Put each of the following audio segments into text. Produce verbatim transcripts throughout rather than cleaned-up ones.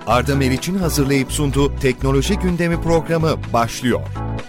Arda Meriç'in hazırlayıp sunduğu Teknoloji Gündemi programı başlıyor.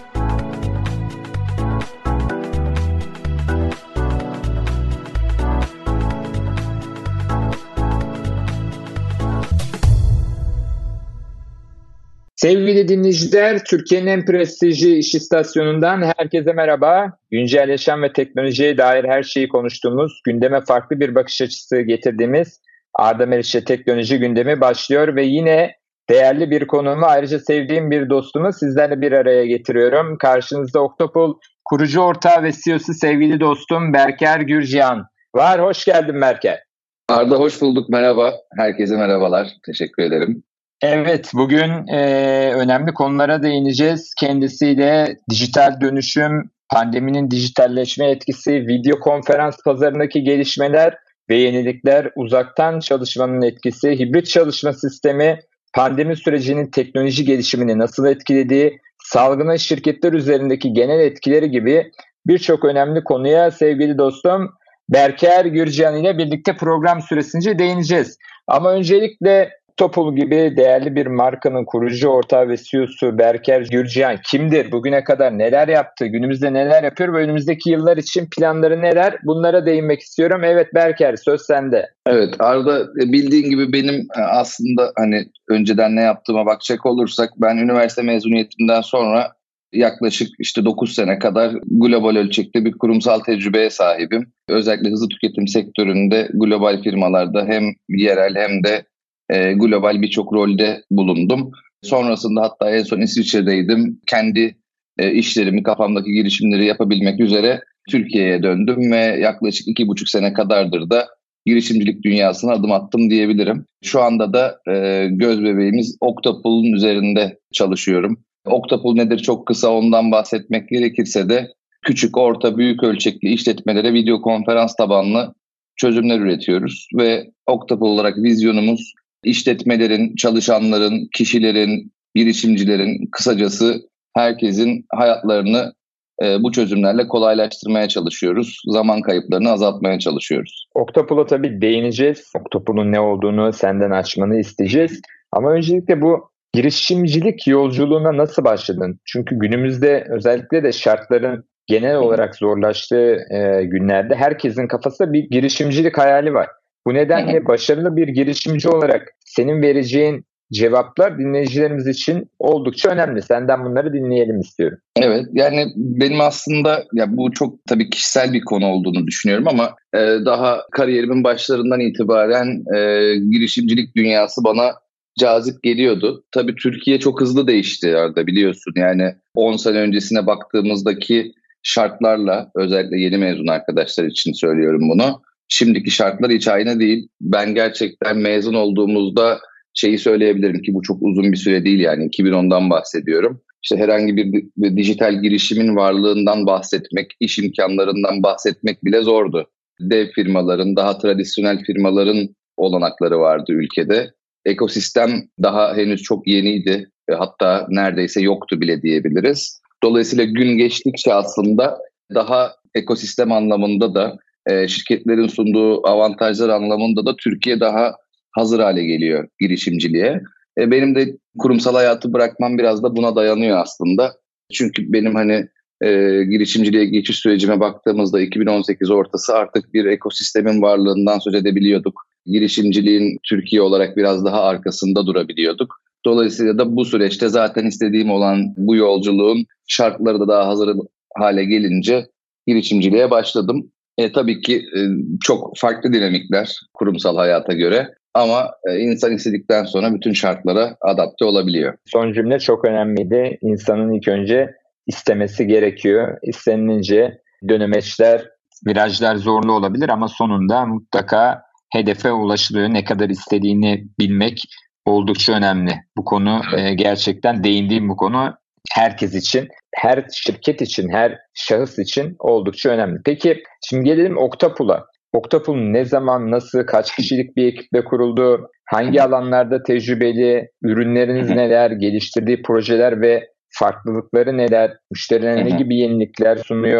Sevgili dinleyiciler, Türkiye'nin en prestijli iş istasyonundan herkese merhaba. Güncel yaşam ve teknolojiye dair her şeyi konuştuğumuz, gündeme farklı bir bakış açısı getirdiğimiz Arda Meriç'le Teknoloji Gündemi başlıyor ve yine değerli bir konuğumu, ayrıca sevdiğim bir dostumu sizlerle bir araya getiriyorum. Karşınızda Octopol kurucu ortağı ve C E O'su sevgili dostum Berker Gürcihan var. Hoş geldin Berker. Arda hoş bulduk, merhaba. Herkese merhabalar, teşekkür ederim. Evet, bugün e, önemli konulara değineceğiz. Kendisiyle dijital dönüşüm, pandeminin dijitalleşme etkisi, video konferans pazarındaki gelişmeler ve yenilikler, uzaktan çalışmanın etkisi, hibrit çalışma sistemi, pandemi sürecinin teknoloji gelişimini nasıl etkilediği, salgının şirketler üzerindeki genel etkileri gibi birçok önemli konuya sevgili dostum Berker Gürcihan ile birlikte program süresince değineceğiz. Ama öncelikle Octopol gibi değerli bir markanın kurucu ortağı ve C E O'su Berker Gürcihan kimdir? Bugüne kadar neler yaptı? Günümüzde neler yapıyor ve önümüzdeki yıllar için planları neler? Bunlara değinmek istiyorum. Evet Berker, söz sende. Evet Arda, bildiğin gibi benim aslında hani önceden ne yaptığıma bakacak olursak ben üniversite mezuniyetimden sonra yaklaşık işte dokuz sene kadar global ölçekte bir kurumsal tecrübeye sahibim. Özellikle hızlı tüketim sektöründe global firmalarda hem yerel hem de E, global birçok rolde bulundum. Sonrasında hatta en son İsviçre'deydim. Kendi e, işlerimi, kafamdaki girişimleri yapabilmek üzere Türkiye'ye döndüm ve yaklaşık iki buçuk sene kadardır da girişimcilik dünyasına adım attım diyebilirim. Şu anda da e, göz bebeğimiz Octopol'un üzerinde çalışıyorum. Octopol nedir çok kısa ondan bahsetmek gerekirse de küçük, orta, büyük ölçekli işletmelere video konferans tabanlı çözümler üretiyoruz ve Octopol olarak vizyonumuz İşletmelerin, çalışanların, kişilerin, girişimcilerin, kısacası herkesin hayatlarını e, bu çözümlerle kolaylaştırmaya çalışıyoruz. Zaman kayıplarını azaltmaya çalışıyoruz. Octopol'a tabii değineceğiz. Octopol'un ne olduğunu senden açmanı isteyeceğiz. Ama öncelikle bu girişimcilik yolculuğuna nasıl başladın? Çünkü günümüzde özellikle de şartların genel olarak zorlaştığı e, günlerde herkesin kafasında bir girişimcilik hayali var. Bu nedenle başarılı bir girişimci olarak senin vereceğin cevaplar dinleyicilerimiz için oldukça önemli. Senden bunları dinleyelim istiyorum. Evet, yani benim aslında ya bu çok tabii kişisel bir konu olduğunu düşünüyorum ama e, daha kariyerimin başlarından itibaren e, girişimcilik dünyası bana cazip geliyordu. Tabii Türkiye çok hızlı değişti Arda, biliyorsun. Yani on sene öncesine baktığımızdaki şartlarla, özellikle yeni mezun arkadaşlar için söylüyorum bunu. Şimdiki şartlar hiç aynı değil. Ben gerçekten mezun olduğumuzda şeyi söyleyebilirim ki bu çok uzun bir süre değil, yani iki bin ondan bahsediyorum. İşte herhangi bir, bir dijital girişimin varlığından bahsetmek, iş imkanlarından bahsetmek bile zordu. Dev firmaların, daha tradisyonel firmaların olanakları vardı ülkede. Ekosistem daha henüz çok yeniydi. Hatta neredeyse yoktu bile diyebiliriz. Dolayısıyla gün geçtikçe aslında daha ekosistem anlamında da E, şirketlerin sunduğu avantajlar anlamında da Türkiye daha hazır hale geliyor girişimciliğe. E, benim de kurumsal hayatı bırakmam biraz da buna dayanıyor aslında. Çünkü benim hani e, girişimciliğe geçiş sürecime baktığımızda iki bin on sekiz ortası artık bir ekosistemin varlığından söz edebiliyorduk. Girişimciliğin Türkiye olarak biraz daha arkasında durabiliyorduk. Dolayısıyla da bu süreçte zaten istediğim olan bu yolculuğun şartları da daha hazır hale gelince girişimciliğe başladım. E, tabii ki e, çok farklı dinamikler kurumsal hayata göre ama e, insan istedikten sonra bütün şartlara adapte olabiliyor. Son cümle çok önemliydi. İnsanın ilk önce istemesi gerekiyor. İstenilince dönemeçler, virajlar zorlu olabilir ama sonunda mutlaka hedefe ulaşılıyor. Ne kadar istediğini bilmek oldukça önemli. Bu konu e, gerçekten değindiğim bu konu herkes için, her şirket için, her şahıs için oldukça önemli. Peki şimdi gelelim Octopol'a. Octopol ne zaman, nasıl, kaç kişilik bir ekiple kuruldu? Hangi alanlarda tecrübeli? Ürünleriniz neler? Geliştirdiği projeler ve farklılıkları neler? Müşterilerine ne gibi yenilikler sunuyor?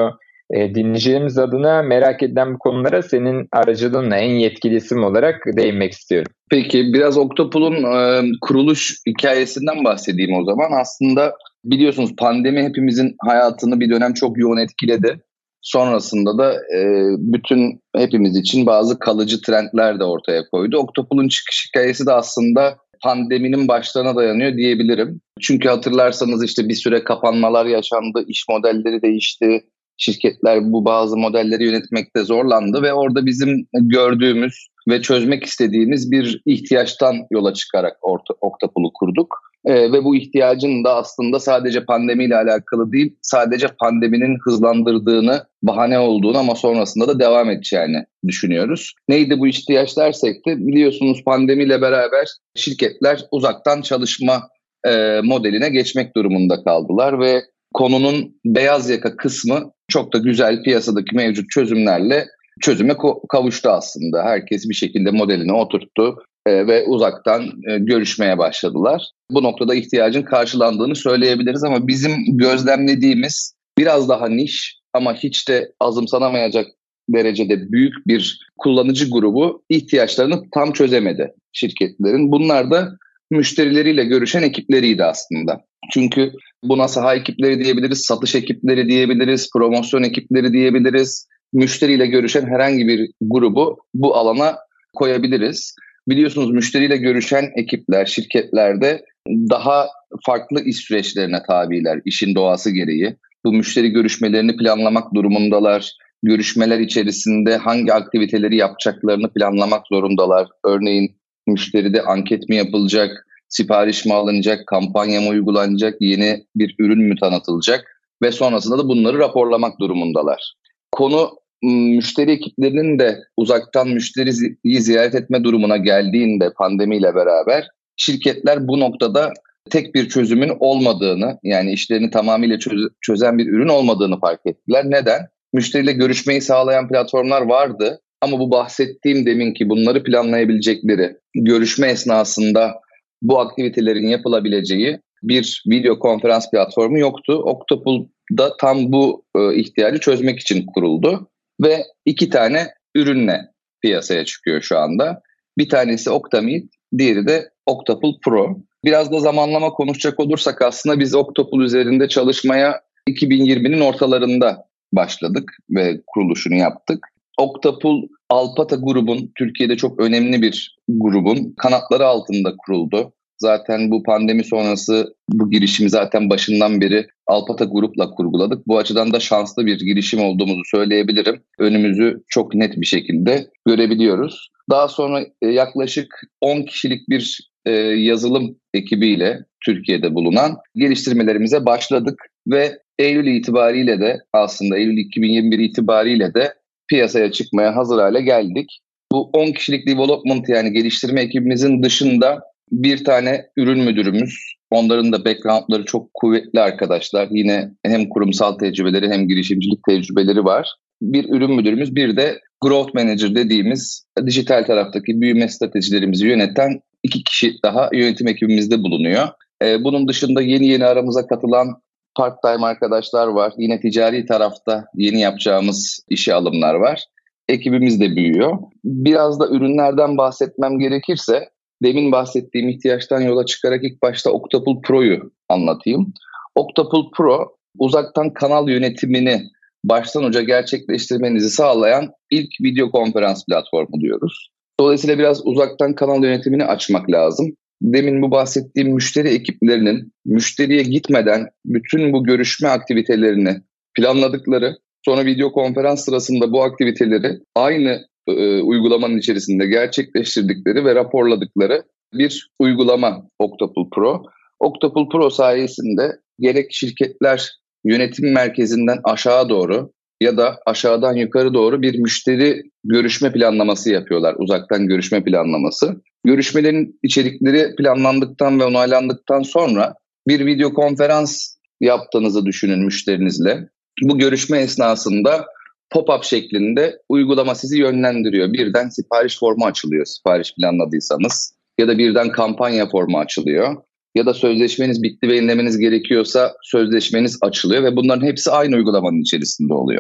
E, dinleyicilerimiz adına merak edilen bu konulara senin aracılığınla en yetkili isim olarak değinmek istiyorum. Peki biraz Octopul'un e, kuruluş hikayesinden bahsedeyim o zaman. Aslında biliyorsunuz pandemi hepimizin hayatını bir dönem çok yoğun etkiledi. Sonrasında da e, bütün hepimiz için bazı kalıcı trendler de ortaya koydu. Octopul'un çıkış hikayesi de aslında pandeminin başlarına dayanıyor diyebilirim. Çünkü hatırlarsanız işte bir süre kapanmalar yaşandı, iş modelleri değişti. Şirketler bu bazı modelleri yönetmekte zorlandı ve orada bizim gördüğümüz ve çözmek istediğimiz bir ihtiyaçtan yola çıkarak Octopul'u kurduk. Ee, ve bu ihtiyacın da aslında sadece pandemiyle alakalı değil, sadece pandeminin hızlandırdığını, bahane olduğunu ama sonrasında da devam edeceğini düşünüyoruz. Neydi bu ihtiyaç dersek de biliyorsunuz pandemiyle beraber şirketler uzaktan çalışma e, modeline geçmek durumunda kaldılar ve konunun beyaz yaka kısmı çok da güzel piyasadaki mevcut çözümlerle çözüme kavuştu aslında. Herkes bir şekilde modelini oturttu e, ve uzaktan e, görüşmeye başladılar. Bu noktada ihtiyacın karşılandığını söyleyebiliriz ama bizim gözlemlediğimiz biraz daha niş ama hiç de azımsanamayacak derecede büyük bir kullanıcı grubu ihtiyaçlarını tam çözemedi şirketlerin. Bunlar da müşterileriyle görüşen ekipleriydi aslında. Çünkü buna saha ekipleri diyebiliriz, satış ekipleri diyebiliriz, promosyon ekipleri diyebiliriz. Müşteriyle görüşen herhangi bir grubu bu alana koyabiliriz. Biliyorsunuz müşteriyle görüşen ekipler, şirketlerde daha farklı iş süreçlerine tabiler, işin doğası gereği. Bu müşteri görüşmelerini planlamak durumundalar. Görüşmeler içerisinde hangi aktiviteleri yapacaklarını planlamak zorundalar. Örneğin müşteride anket mi yapılacak, sipariş mi alınacak, kampanya mı uygulanacak, yeni bir ürün mü tanıtılacak ve sonrasında da bunları raporlamak durumundalar. Konu müşteri ekiplerinin de uzaktan müşteriyi ziyaret etme durumuna geldiğinde pandemiyle beraber şirketler bu noktada tek bir çözümün olmadığını, yani işlerini tamamıyla çöz- çözen bir ürün olmadığını fark ettiler. Neden? Müşteriyle görüşmeyi sağlayan platformlar vardı ama bu bahsettiğim deminki bunları planlayabilecekleri, görüşme esnasında bu aktivitelerin yapılabileceği bir video konferans platformu yoktu. Octopul da tam bu e, ihtiyacı çözmek için kuruldu ve iki tane ürünle piyasaya çıkıyor şu anda. Bir tanesi Octameet, diğeri de Octopul Pro. Biraz da zamanlama konuşacak olursak aslında biz Octopul üzerinde çalışmaya iki bin yirminin ortalarında başladık ve kuruluşunu yaptık. Octopul, Alpata grubun, Türkiye'de çok önemli bir grubun kanatları altında kuruldu. Zaten bu pandemi sonrası bu girişimi zaten başından beri Alpata Grup'la kurguladık. Bu açıdan da şanslı bir girişim olduğumuzu söyleyebilirim. Önümüzü çok net bir şekilde görebiliyoruz. Daha sonra yaklaşık on kişilik bir e, yazılım ekibiyle Türkiye'de bulunan geliştirmelerimize başladık ve Eylül itibariyle de aslında Eylül iki bin yirmi bir itibariyle de piyasaya çıkmaya hazır hale geldik. Bu on kişilik development yani geliştirme ekibimizin dışında bir tane ürün müdürümüz, onların da backgroundları çok kuvvetli arkadaşlar. Yine hem kurumsal tecrübeleri hem girişimcilik tecrübeleri var. Bir ürün müdürümüz, bir de growth manager dediğimiz dijital taraftaki büyüme stratejilerimizi yöneten iki kişi daha yönetim ekibimizde bulunuyor. Ee, bunun dışında yeni yeni aramıza katılan part-time arkadaşlar var. Yine ticari tarafta yeni yapacağımız işe alımlar var. Ekibimiz de büyüyor. Biraz da ürünlerden bahsetmem gerekirse, demin bahsettiğim ihtiyaçtan yola çıkarak ilk başta Octopul Pro'yu anlatayım. Octopul Pro, uzaktan kanal yönetimini baştan uca gerçekleştirmenizi sağlayan ilk video konferans platformu diyoruz. Dolayısıyla biraz uzaktan kanal yönetimini açmak lazım. Demin bu bahsettiğim müşteri ekiplerinin müşteriye gitmeden bütün bu görüşme aktivitelerini planladıkları, sonra video konferans sırasında bu aktiviteleri aynı e, uygulamanın içerisinde gerçekleştirdikleri ve raporladıkları bir uygulama Octopul Pro. Octopul Pro sayesinde gerek şirketler yönetim merkezinden aşağı doğru ya da aşağıdan yukarı doğru bir müşteri görüşme planlaması yapıyorlar. Uzaktan görüşme planlaması. Görüşmelerin içerikleri planlandıktan ve onaylandıktan sonra bir video konferans yaptığınızı düşünün müşterinizle. Bu görüşme esnasında pop-up şeklinde uygulama sizi yönlendiriyor. Birden sipariş formu açılıyor sipariş planladıysanız ya da birden kampanya formu açılıyor. Ya da sözleşmeniz bitti ve yenilemeniz gerekiyorsa sözleşmeniz açılıyor ve bunların hepsi aynı uygulamanın içerisinde oluyor.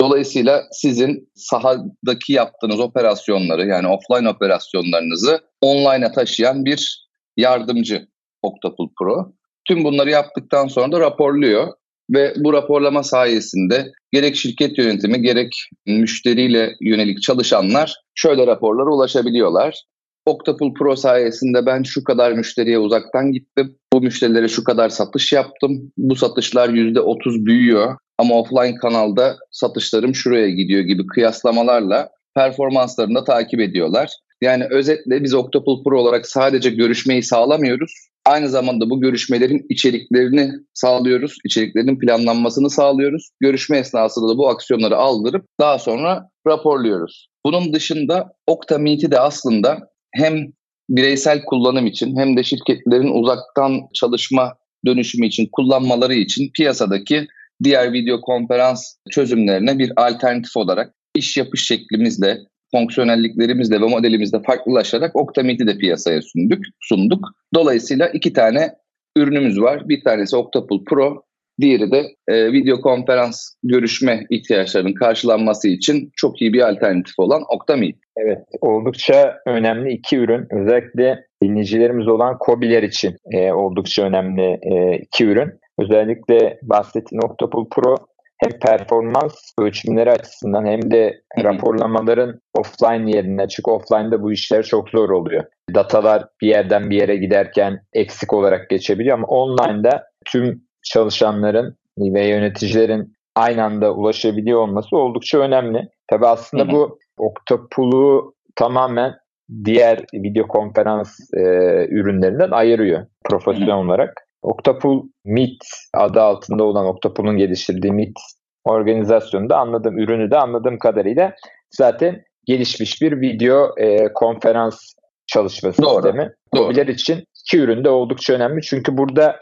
Dolayısıyla sizin sahadaki yaptığınız operasyonları, yani offline operasyonlarınızı online'a taşıyan bir yardımcı Octopool Pro. Tüm bunları yaptıktan sonra da raporluyor ve bu raporlama sayesinde gerek şirket yönetimi gerek müşteriyle yönelik çalışanlar şöyle raporlara ulaşabiliyorlar. Octopool Pro sayesinde ben şu kadar müşteriye uzaktan gittim, bu müşterilere şu kadar satış yaptım, bu satışlar yüzde otuz büyüyor ama offline kanalda satışlarım şuraya gidiyor gibi kıyaslamalarla performanslarını da takip ediyorlar. Yani özetle biz Octopool Pro olarak sadece görüşmeyi sağlamıyoruz. Aynı zamanda bu görüşmelerin içeriklerini sağlıyoruz. İçeriklerin planlanmasını sağlıyoruz. Görüşme esnasında da bu aksiyonları aldırıp daha sonra raporluyoruz. Bunun dışında OktaMeet'i de aslında hem bireysel kullanım için hem de şirketlerin uzaktan çalışma dönüşümü için kullanmaları için piyasadaki diğer video konferans çözümlerine bir alternatif olarak iş yapış şeklimizle, fonksiyonelliklerimizle ve modelimizle farklılaşarak OktaMeet'i de piyasaya sunduk. sunduk. Dolayısıyla iki tane ürünümüz var. Bir tanesi Octopool Pro, diğeri de e, video konferans görüşme ihtiyaçlarının karşılanması için çok iyi bir alternatif olan OktaMeet. Evet, oldukça önemli iki ürün. Özellikle dinleyicilerimiz olan KOBİ'ler için e, oldukça önemli e, iki ürün. Özellikle bahsettiğin Octopool Pro hem performans ölçümleri açısından hem de raporlamaların offline yerine, çünkü offline'da bu işler çok zor oluyor. Datalar bir yerden bir yere giderken eksik olarak geçebiliyor ama online'da tüm çalışanların ve yöneticilerin aynı anda ulaşabiliyor olması oldukça önemli. Tabii aslında bu Octopool'u tamamen diğer video konferans e, ürünlerinden ayırıyor profesyonel olarak. Octopool Meet adı altında olan Octopool'un geliştirdiği Meet organizasyonunda anladığım ürünü de anladığım kadarıyla zaten gelişmiş bir video e, konferans çalışma sistemi. KOBİ'ler için iki ürün de oldukça önemli çünkü burada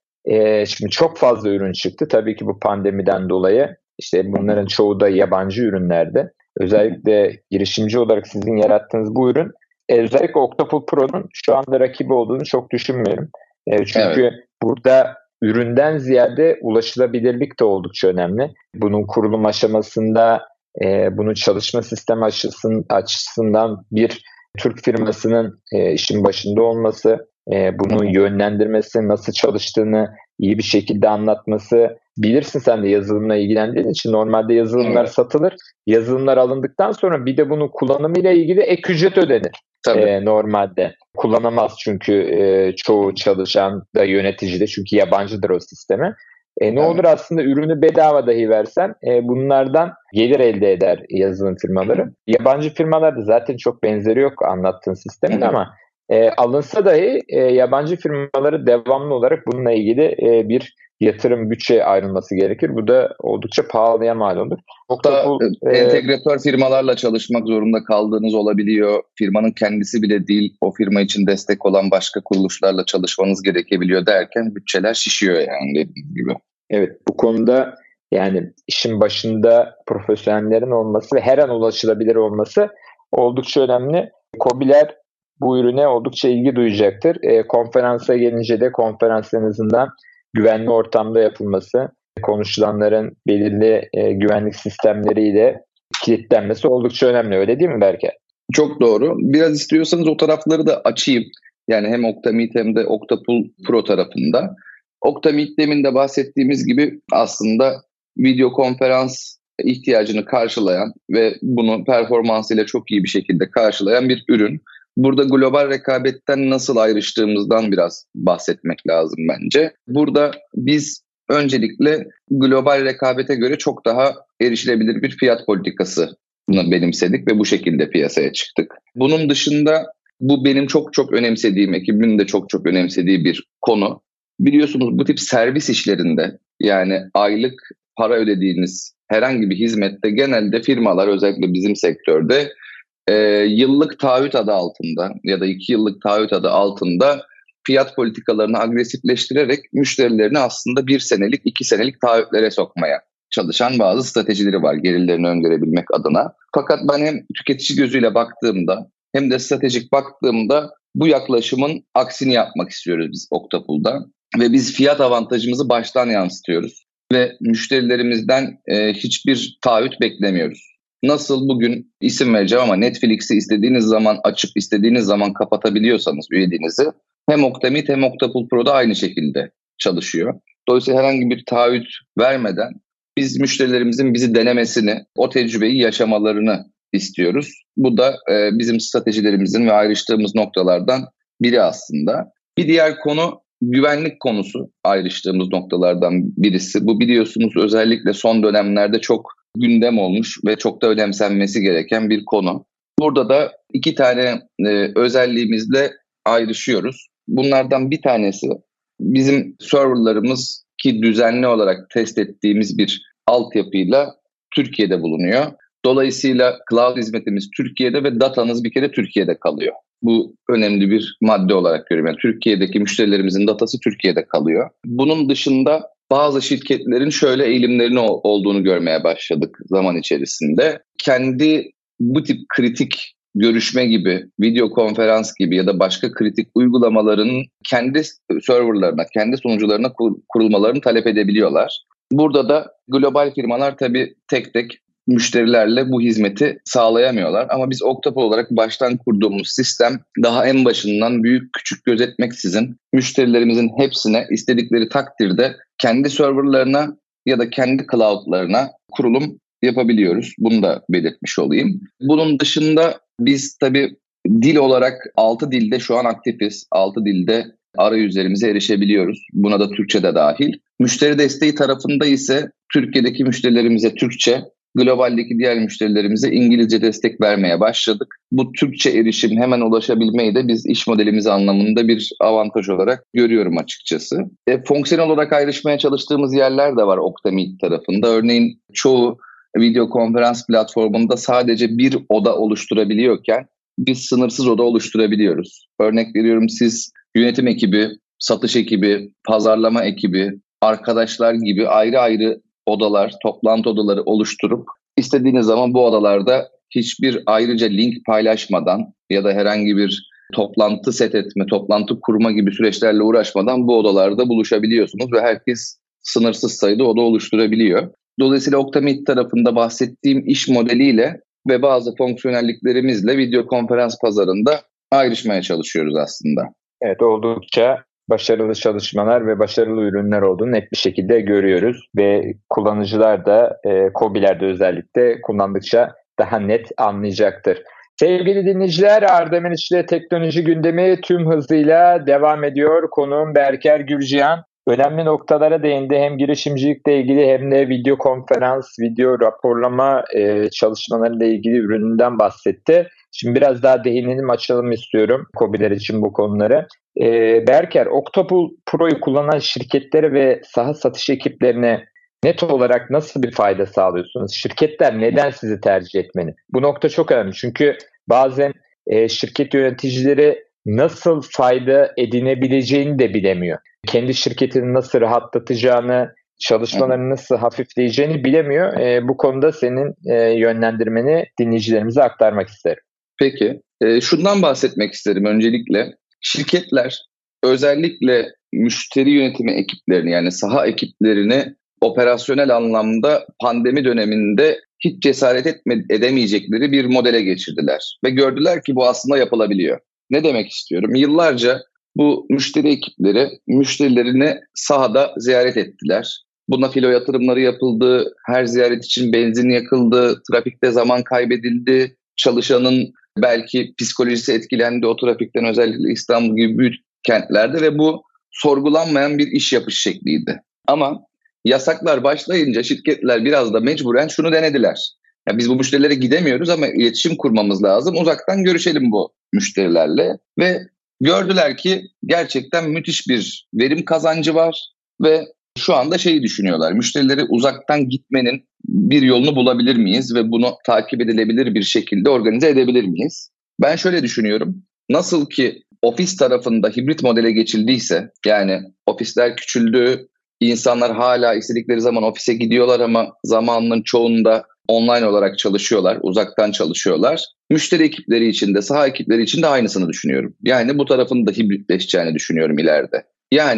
e, şimdi çok fazla ürün çıktı. Tabii ki bu pandemiden dolayı işte bunların çoğu da yabancı ürünlerdi. Özellikle girişimci olarak sizin yarattığınız bu ürün e, özellikle Octopool Pro'nun şu anda rakibi olduğunu çok düşünmüyorum. E, çünkü evet. Burada üründen ziyade ulaşılabilirlik de oldukça önemli. Bunun kurulum aşamasında, e, bunun çalışma sistemi açısından, açısından bir Türk firmasının e, işin başında olması, e, bunu yönlendirmesi, nasıl çalıştığını iyi bir şekilde anlatması. Bilirsin sen de yazılımla ilgilendiğin için normalde yazılımlar evet. satılır. Yazılımlar alındıktan sonra bir de bunun kullanımıyla ilgili ek ücret ödenir. E, normalde kullanamaz çünkü e, çoğu çalışan da yönetici de çünkü yabancıdır o sisteme. E, ne evet. olur aslında ürünü bedava dahi versen e, bunlardan gelir elde eder yazılım firmaları. Yabancı firmalarda zaten çok benzeri yok anlattığın sistemin evet. ama e, alınsa dahi e, yabancı firmaları devamlı olarak bununla ilgili e, bir yatırım bütçe ayrılması gerekir. Bu da oldukça pahalıya mal olur. Octopool, e, entegratör firmalarla çalışmak zorunda kaldığınız olabiliyor. Firmanın kendisi bile değil, o firma için destek olan başka kuruluşlarla çalışmanız gerekebiliyor derken bütçeler şişiyor yani dediğim gibi. Evet, bu konuda yani işin başında profesyonellerin olması ve her an ulaşılabilir olması oldukça önemli. KOBİ'ler bu ürüne oldukça ilgi duyacaktır. E, konferansa gelince de konferans en azından güvenli ortamda yapılması, konuşulanların belirli e, güvenlik sistemleriyle kilitlenmesi oldukça önemli. Öyle değil mi Berke? Çok doğru. Biraz istiyorsanız o tarafları da açayım. Yani hem OktaMeet hem de Octopool Pro tarafında. OktaMeet demin de bahsettiğimiz gibi aslında video konferans ihtiyacını karşılayan ve bunu performansıyla çok iyi bir şekilde karşılayan bir ürün. Burada global rekabetten nasıl ayrıştığımızdan biraz bahsetmek lazım bence. Burada biz öncelikle global rekabete göre çok daha erişilebilir bir fiyat politikasını benimsedik ve bu şekilde piyasaya çıktık. Bunun dışında bu benim çok çok önemsediğim, ekibimin de çok çok önemsediği bir konu. Biliyorsunuz bu tip servis işlerinde yani aylık para ödediğiniz herhangi bir hizmette genelde firmalar özellikle bizim sektörde e, yıllık taahhüt adı altında ya da iki yıllık taahhüt adı altında fiyat politikalarını agresifleştirerek müşterilerini aslında bir senelik, iki senelik taahhütlere sokmaya çalışan bazı stratejileri var gelirlerini öngörebilmek adına. Fakat ben hem tüketici gözüyle baktığımda hem de stratejik baktığımda bu yaklaşımın aksini yapmak istiyoruz biz Octopool'da. Ve biz fiyat avantajımızı baştan yansıtıyoruz. ve müşterilerimizden e, hiçbir taahhüt beklemiyoruz. Nasıl bugün isim vereceğim ama Netflix'i istediğiniz zaman açıp istediğiniz zaman kapatabiliyorsanız üyeliğinizi, hem Octamete hem Octopul Pro da aynı şekilde çalışıyor. Dolayısıyla herhangi bir taahhüt vermeden biz müşterilerimizin bizi denemesini, o tecrübeyi yaşamalarını istiyoruz. Bu da e, bizim stratejilerimizin ve ayrıştığımız noktalardan biri aslında. Bir diğer konu güvenlik konusu, ayrıştığımız noktalardan birisi. Bu biliyorsunuz özellikle son dönemlerde çok gündem olmuş ve çok da önemsenmesi gereken bir konu. Burada da iki tane e, özelliğimizle ayrışıyoruz. Bunlardan bir tanesi bizim serverlarımız ki düzenli olarak test ettiğimiz bir altyapıyla Türkiye'de bulunuyor. Dolayısıyla cloud hizmetimiz Türkiye'de ve datanız bir kere Türkiye'de kalıyor. Bu önemli bir madde olarak görüyorum. Yani Türkiye'deki müşterilerimizin datası Türkiye'de kalıyor. Bunun dışında bazı şirketlerin şöyle eğilimlerinin olduğunu görmeye başladık zaman içerisinde. Kendi bu tip kritik görüşme gibi, video konferans gibi ya da başka kritik uygulamaların kendi serverlarına, kendi sunucularına kurulmalarını talep edebiliyorlar. Burada da global firmalar tabii tek tek müşterilerle bu hizmeti sağlayamıyorlar. Ama biz Octopul olarak baştan kurduğumuz sistem daha en başından büyük küçük gözetmeksizin müşterilerimizin hepsine istedikleri takdirde kendi serverlarına ya da kendi cloudlarına kurulum yapabiliyoruz. Bunu da belirtmiş olayım. Bunun dışında biz tabii dil olarak altı dilde şu an aktifiz. altı dilde arayüzlerimize erişebiliyoruz. Buna da Türkçe de dahil. Müşteri desteği tarafında ise Türkiye'deki müşterilerimize Türkçe, globaldeki diğer müşterilerimize İngilizce destek vermeye başladık. Bu Türkçe erişim, hemen ulaşabilmeyi de biz iş modelimiz anlamında bir avantaj olarak görüyorum açıkçası. E, fonksiyonel olarak ayrışmaya çalıştığımız yerler de var Octamete tarafında. Örneğin çoğu video konferans platformunda sadece bir oda oluşturabiliyorken biz sınırsız oda oluşturabiliyoruz. Örnek veriyorum, siz yönetim ekibi, satış ekibi, pazarlama ekibi, arkadaşlar gibi ayrı ayrı odalar, toplantı odaları oluşturup istediğiniz zaman bu odalarda hiçbir ayrıca link paylaşmadan ya da herhangi bir toplantı set etme, toplantı kurma gibi süreçlerle uğraşmadan bu odalarda buluşabiliyorsunuz ve herkes sınırsız sayıda oda oluşturabiliyor. Dolayısıyla Octamete tarafında bahsettiğim iş modeliyle ve bazı fonksiyonelliklerimizle video konferans pazarında ayrışmaya çalışıyoruz aslında. Evet, oldukça başarılı çalışmalar ve başarılı ürünler olduğunu net bir şekilde görüyoruz ve kullanıcılar da e, KOBİ'lerde özellikle kullandıkça daha net anlayacaktır. Sevgili dinleyiciler, Arda Meriç'le teknoloji gündemi tüm hızıyla devam ediyor. Konuğum Berker Gürcihan önemli noktalara değindi. Hem girişimcilikle ilgili hem de video konferans, video raporlama e, çalışmalarıyla ilgili ürününden bahsetti. Şimdi biraz daha değinelim, açalım istiyorum KOBİ'ler için bu konuları. E, Berker, Octopul Pro'yu kullanan şirketlere ve saha satış ekiplerine net olarak nasıl bir fayda sağlıyorsunuz? Şirketler neden sizi tercih etmeli? Bu nokta çok önemli çünkü bazen e, şirket yöneticileri nasıl fayda edinebileceğini de bilemiyor. Kendi şirketini nasıl rahatlatacağını, çalışmalarını nasıl hafifleyeceğini bilemiyor. E, bu konuda senin e, yönlendirmeni dinleyicilerimize aktarmak isterim. Peki, e, şundan bahsetmek isterim öncelikle. Şirketler özellikle müşteri yönetimi ekiplerini, yani saha ekiplerini operasyonel anlamda pandemi döneminde hiç cesaret etme, edemeyecekleri bir modele geçirdiler. Ve gördüler ki bu aslında yapılabiliyor. Ne demek istiyorum? Yıllarca bu müşteri ekipleri müşterilerini sahada ziyaret ettiler. Buna filo yatırımları yapıldı, her ziyaret için benzin yakıldı, trafikte zaman kaybedildi, çalışanın belki psikolojisi etkilendi o trafikten, özellikle İstanbul gibi büyük kentlerde, ve bu sorgulanmayan bir iş yapış şekliydi. Ama yasaklar başlayınca şirketler biraz da mecburen şunu denediler. Ya biz bu müşterilere gidemiyoruz ama iletişim kurmamız lazım. Uzaktan görüşelim bu müşterilerle ve gördüler ki gerçekten müthiş bir verim kazancı var ve şu anda şeyi düşünüyorlar. Müşterileri uzaktan gitmenin bir yolunu bulabilir miyiz ve bunu takip edilebilir bir şekilde organize edebilir miyiz? Ben şöyle düşünüyorum. Nasıl ki ofis tarafında hibrit modele geçildiyse, yani ofisler küçüldü, insanlar hala istedikleri zaman ofise gidiyorlar ama zamanının çoğunda online olarak çalışıyorlar, uzaktan çalışıyorlar. Müşteri ekipleri için de, saha ekipleri için de aynısını düşünüyorum. Yani bu tarafın da hibritleşeceğini düşünüyorum ileride. Yani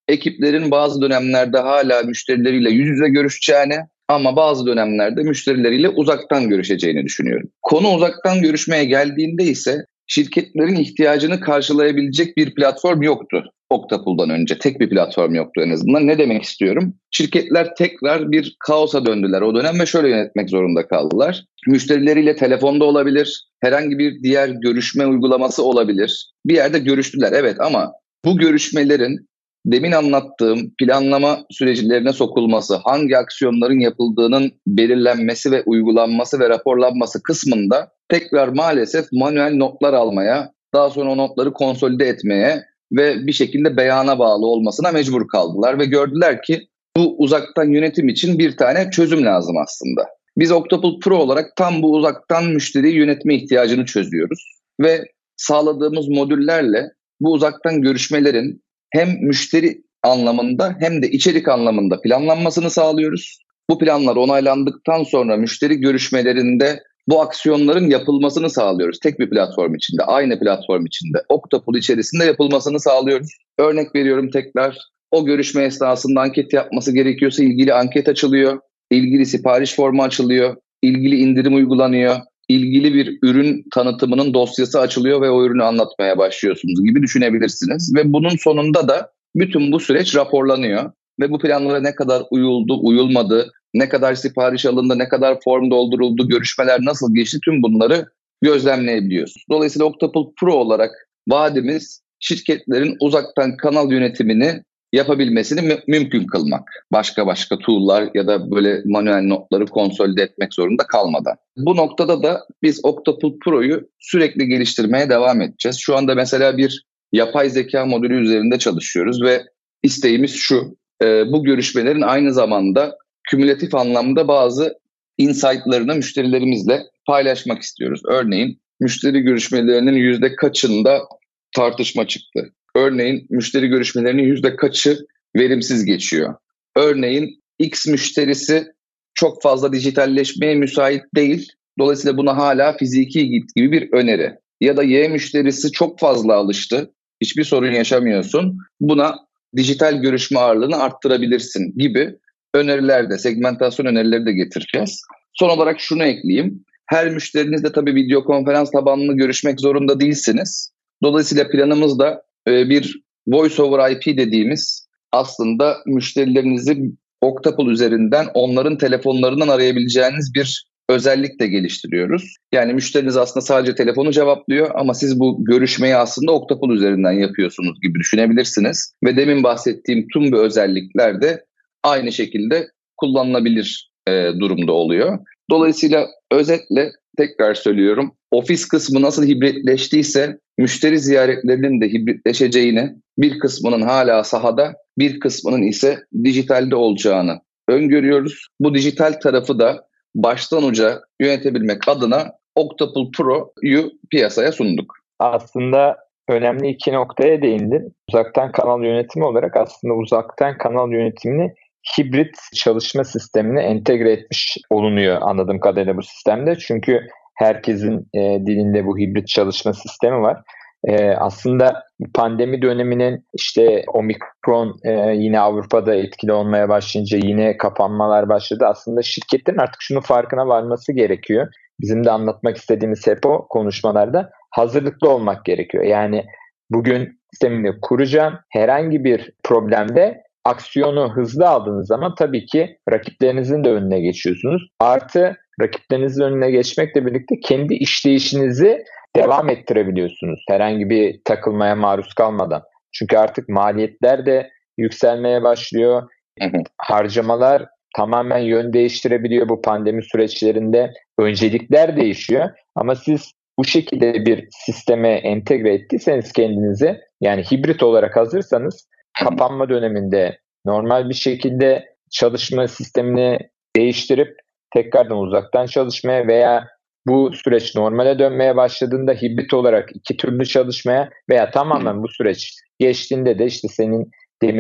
ekiplerin bazı dönemlerde hala müşterileriyle yüz yüze görüşeceğini ama bazı dönemlerde müşterileriyle uzaktan görüşeceğini düşünüyorum. Konu uzaktan görüşmeye geldiğinde ise şirketlerin ihtiyacını karşılayabilecek bir platform yoktu. Octopul'dan önce tek bir platform yoktu en azından. Ne demek istiyorum? Şirketler tekrar bir kaosa döndüler o dönem ve şöyle yönetmek zorunda kaldılar. Müşterileriyle telefonda olabilir, herhangi bir diğer görüşme uygulaması olabilir. Bir yerde görüştüler evet ama bu görüşmelerin demin anlattığım planlama süreçlerine sokulması, hangi aksiyonların yapıldığının belirlenmesi ve uygulanması ve raporlanması kısmında tekrar maalesef manuel notlar almaya, daha sonra o notları konsolide etmeye ve bir şekilde beyana bağlı olmasına mecbur kaldılar ve gördüler ki bu uzaktan yönetim için bir tane çözüm lazım aslında. Biz Octopul Pro olarak tam bu uzaktan müşteri yönetme ihtiyacını çözüyoruz ve sağladığımız modüllerle bu uzaktan görüşmelerin hem müşteri anlamında hem de içerik anlamında planlanmasını sağlıyoruz. Bu planlar onaylandıktan sonra müşteri görüşmelerinde bu aksiyonların yapılmasını sağlıyoruz. Tek bir platform içinde, aynı platform içinde, Octopul içerisinde yapılmasını sağlıyoruz. Örnek veriyorum tekrar, o görüşme esnasında anket yapması gerekiyorsa ilgili anket açılıyor, ilgili sipariş formu açılıyor, ilgili indirim uygulanıyor, ilgili bir ürün tanıtımının dosyası açılıyor ve o ürünü anlatmaya başlıyorsunuz gibi düşünebilirsiniz. Ve bunun sonunda da bütün bu süreç raporlanıyor ve bu planlara ne kadar uyuldu, uyulmadı, ne kadar sipariş alındı, ne kadar form dolduruldu, görüşmeler nasıl geçti, tüm bunları gözlemleyebiliyorsunuz. Dolayısıyla Octopul Pro olarak vaadimiz şirketlerin uzaktan kanal yönetimini yapabilmesini mü- mümkün kılmak. Başka başka tool'lar ya da böyle manuel notları konsolide etmek zorunda kalmadan. Bu noktada da biz Octopul Pro'yu sürekli geliştirmeye devam edeceğiz. Şu anda mesela bir yapay zeka modülü üzerinde çalışıyoruz ve isteğimiz şu. E, bu görüşmelerin aynı zamanda kümülatif anlamda bazı insight'larını müşterilerimizle paylaşmak istiyoruz. Örneğin müşteri görüşmelerinin yüzde kaçında tartışma çıktı? Örneğin müşteri görüşmelerinin yüzde kaçı verimsiz geçiyor? Örneğin X müşterisi çok fazla dijitalleşmeye müsait değil. Dolayısıyla buna hala fiziki git gibi bir öneri. Ya da Y müşterisi çok fazla alıştı. Hiçbir sorun yaşamıyorsun. Buna dijital görüşme ağırlığını arttırabilirsin gibi öneriler de, segmentasyon önerileri de getireceğiz. Son olarak şunu ekleyeyim. Her müşterinizle tabii video konferans tabanlı görüşmek zorunda değilsiniz. Dolayısıyla planımızda bir Voice over I P dediğimiz aslında müşterilerinizi Octopul üzerinden onların telefonlarından arayabileceğiniz bir özellik de geliştiriyoruz. Yani müşteriniz aslında sadece telefonu cevaplıyor ama siz bu görüşmeyi aslında Octopul üzerinden yapıyorsunuz gibi düşünebilirsiniz. Ve demin bahsettiğim tüm bu özellikler de aynı şekilde kullanılabilir e, durumda oluyor. Dolayısıyla özetle tekrar söylüyorum, ofis kısmı nasıl hibritleştiyse müşteri ziyaretlerinin de hibritleşeceğini, bir kısmının hala sahada, bir kısmının ise dijitalde olacağını öngörüyoruz. Bu dijital tarafı da baştan uca yönetebilmek adına Octopul Pro'yu piyasaya sunduk. Aslında önemli iki noktaya değindin. Uzaktan kanal yönetimi olarak aslında uzaktan kanal yönetimini hibrit çalışma sistemine entegre etmiş olunuyor anladığım kadarıyla bu sistemde. Çünkü herkesin e, dilinde bu hibrit çalışma sistemi var. E, aslında pandemi döneminin işte Omikron e, yine Avrupa'da etkili olmaya başlayınca yine kapanmalar başladı. Aslında şirketlerin artık şunun farkına varması gerekiyor. Bizim de anlatmak istediğimiz hep o konuşmalarda hazırlıklı olmak gerekiyor. Yani bugün sistemini kuracağım, herhangi bir problemde aksiyonu hızlı aldığınız zaman tabii ki rakiplerinizin de önüne geçiyorsunuz. Artı rakiplerinizin önüne geçmekle birlikte kendi işleyişinizi devam ettirebiliyorsunuz. Herhangi bir takılmaya maruz kalmadan. Çünkü artık maliyetler de yükselmeye başlıyor. Harcamalar tamamen yön değiştirebiliyor bu pandemi süreçlerinde. Öncelikler değişiyor. Ama siz bu şekilde bir sisteme entegre ettiyseniz kendinizi, yani hibrit olarak hazırsanız, kapanma döneminde normal bir şekilde çalışma sistemini değiştirip tekrardan uzaktan çalışmaya veya bu süreç normale dönmeye başladığında hibrit olarak iki türlü çalışmaya veya tamamen bu süreç geçtiğinde de işte senin demin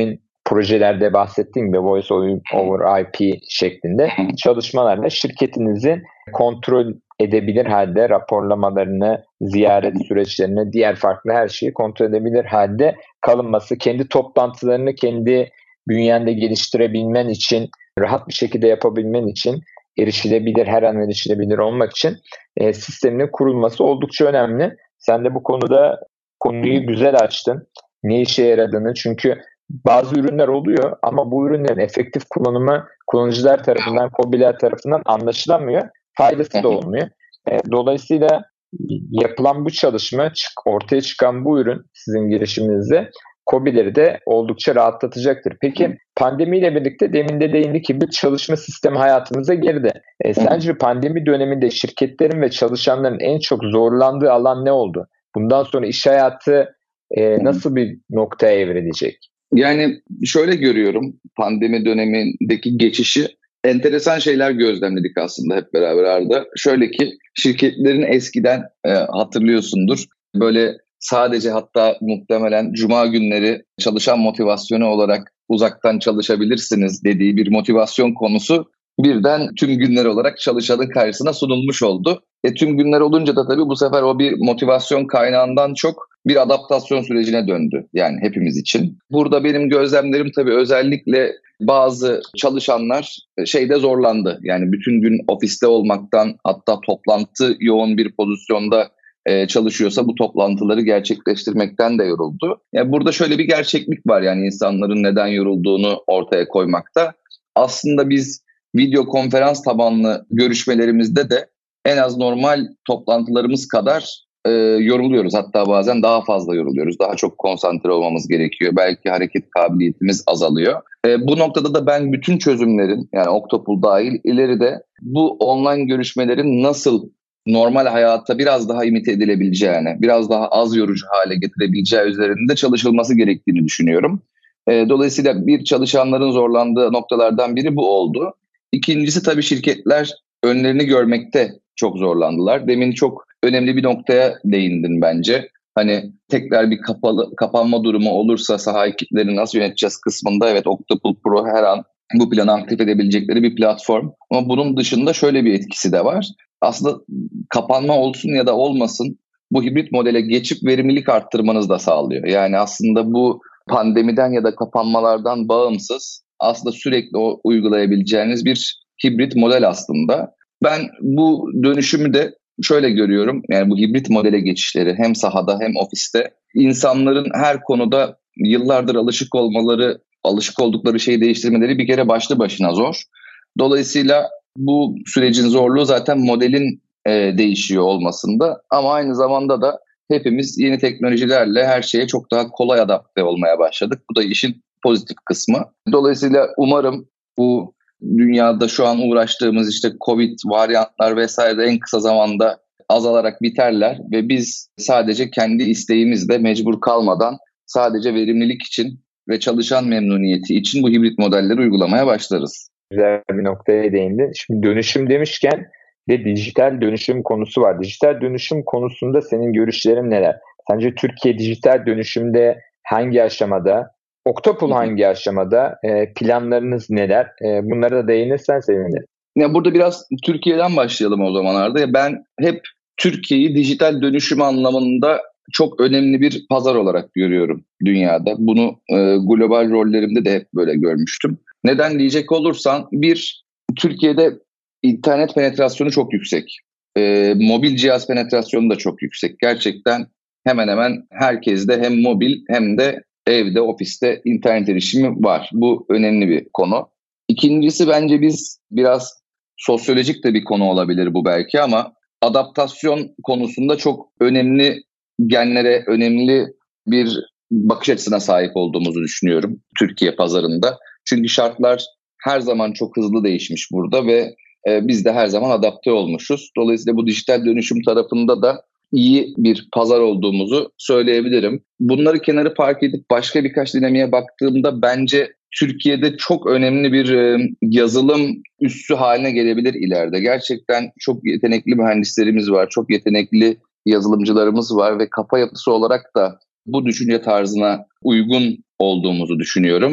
projelerde bahsettiğim gibi Voice over I P şeklinde çalışmalarla şirketinizi kontrol edebilir halde raporlamalarını, ziyaret süreçlerini, diğer farklı her şeyi kontrol edebilir halde kalınması, kendi toplantılarını kendi bünyende geliştirebilmen için, rahat bir şekilde yapabilmen için, erişilebilir, her an erişilebilir olmak için e, sistemin kurulması oldukça önemli. Sen de bu konuda konuyu güzel açtın. Ne işe yaradığını, çünkü bazı ürünler oluyor ama bu ürünlerin efektif kullanımı kullanıcılar tarafından, KOBİ'ler tarafından anlaşılamıyor. Faydası da olmuyor. E, dolayısıyla yapılan bu çalışma, ortaya çıkan bu ürün sizin girişiminizde KOBİ'leri de oldukça rahatlatacaktır. Peki pandemiyle birlikte demin de değindik ki bir çalışma sistemi hayatımıza girdi. E, sence pandemi döneminde şirketlerin ve çalışanların en çok zorlandığı alan ne oldu? Bundan sonra iş hayatı e, nasıl bir noktaya evrilecek? Yani şöyle görüyorum, pandemi dönemindeki geçişi enteresan şeyler gözlemledik aslında hep beraber Arda. Şöyle ki şirketlerin eskiden e, hatırlıyorsundur böyle sadece hatta muhtemelen cuma günleri çalışan motivasyonu olarak uzaktan çalışabilirsiniz dediği bir motivasyon konusu birden tüm günler olarak çalışanın karşısına sunulmuş oldu. E, tüm günler olunca da tabii bu sefer o bir motivasyon kaynağından çok bir adaptasyon sürecine döndü yani hepimiz için. Burada benim gözlemlerim tabii özellikle bazı çalışanlar şeyde zorlandı. Yani bütün gün ofiste olmaktan, hatta toplantı yoğun bir pozisyonda e, çalışıyorsa bu toplantıları gerçekleştirmekten de yoruldu. Yani burada şöyle bir gerçeklik var, yani insanların neden yorulduğunu ortaya koymakta. Aslında biz video konferans tabanlı görüşmelerimizde de en az normal toplantılarımız kadar e, yoruluyoruz. Hatta bazen daha fazla yoruluyoruz. Daha çok konsantre olmamız gerekiyor. Belki hareket kabiliyetimiz azalıyor. E, bu noktada da ben bütün çözümlerin, yani Octopool dahil, ileride bu online görüşmelerin nasıl normal hayata biraz daha imite edilebileceğini, biraz daha az yorucu hale getirebileceği üzerinde çalışılması gerektiğini düşünüyorum. E, dolayısıyla bir çalışanların zorlandığı noktalardan biri bu oldu. İkincisi tabii şirketler önlerini görmekte çok zorlandılar. Demin çok önemli bir noktaya değindin bence. Hani tekrar bir kapalı, kapanma durumu olursa saha ekiplerini nasıl yöneteceğiz kısmında, evet, Octopool Pro her an bu planı aktif edebilecekleri bir platform. Ama bunun dışında şöyle bir etkisi de var. Aslında kapanma olsun ya da olmasın bu hibrit modele geçip verimlilik arttırmanızı da sağlıyor. Yani aslında bu pandemiden ya da kapanmalardan bağımsız aslında sürekli o uygulayabileceğiniz bir hibrit model aslında. Ben bu dönüşümü de şöyle görüyorum. Yani bu hibrit modele geçişleri hem sahada hem ofiste insanların her konuda yıllardır alışık olmaları, alışık oldukları şeyi değiştirmeleri bir kere başlı başına zor. Dolayısıyla bu sürecin zorluğu zaten modelin e, değişiyor olmasında, ama aynı zamanda da hepimiz yeni teknolojilerle her şeye çok daha kolay adapte olmaya başladık. Bu da işin pozitif kısmı. Dolayısıyla umarım bu dünyada şu an uğraştığımız işte Covid varyantlar vesaire en kısa zamanda azalarak biterler ve biz sadece kendi isteğimizle mecbur kalmadan sadece verimlilik için ve çalışan memnuniyeti için bu hibrit modelleri uygulamaya başlarız. Güzel bir noktaya değindin. Şimdi dönüşüm demişken de dijital dönüşüm konusu var. Dijital dönüşüm konusunda senin görüşlerin neler? Sence Türkiye dijital dönüşümde hangi aşamada? Octopool hangi aşamada? E, planlarınız neler? E, bunlara da değinirsen sevinirim. Ya burada biraz Türkiye'den başlayalım o zamanlarda. Ben hep Türkiye'yi dijital dönüşüm anlamında çok önemli bir pazar olarak görüyorum dünyada. Bunu e, global rollerimde de hep böyle görmüştüm. Neden diyecek olursan, bir, Türkiye'de internet penetrasyonu çok yüksek. E, mobil cihaz penetrasyonu da çok yüksek. Gerçekten hemen hemen herkeste hem mobil hem de evde, ofiste internet erişimi var. Bu önemli bir konu. İkincisi, bence biz biraz sosyolojik de bir konu olabilir bu belki, ama adaptasyon konusunda çok önemli genlere, önemli bir bakış açısına sahip olduğumuzu düşünüyorum Türkiye pazarında. Çünkü şartlar her zaman çok hızlı değişmiş burada ve e, biz de her zaman adapte olmuşuz. Dolayısıyla bu dijital dönüşüm tarafında da iyi bir pazar olduğumuzu söyleyebilirim. Bunları kenara park edip başka birkaç dinamiğe baktığımda bence Türkiye'de çok önemli bir e, yazılım üssü haline gelebilir ileride. Gerçekten çok yetenekli mühendislerimiz var, çok yetenekli yazılımcılarımız var ve kafa yapısı olarak da bu düşünce tarzına uygun olduğumuzu düşünüyorum.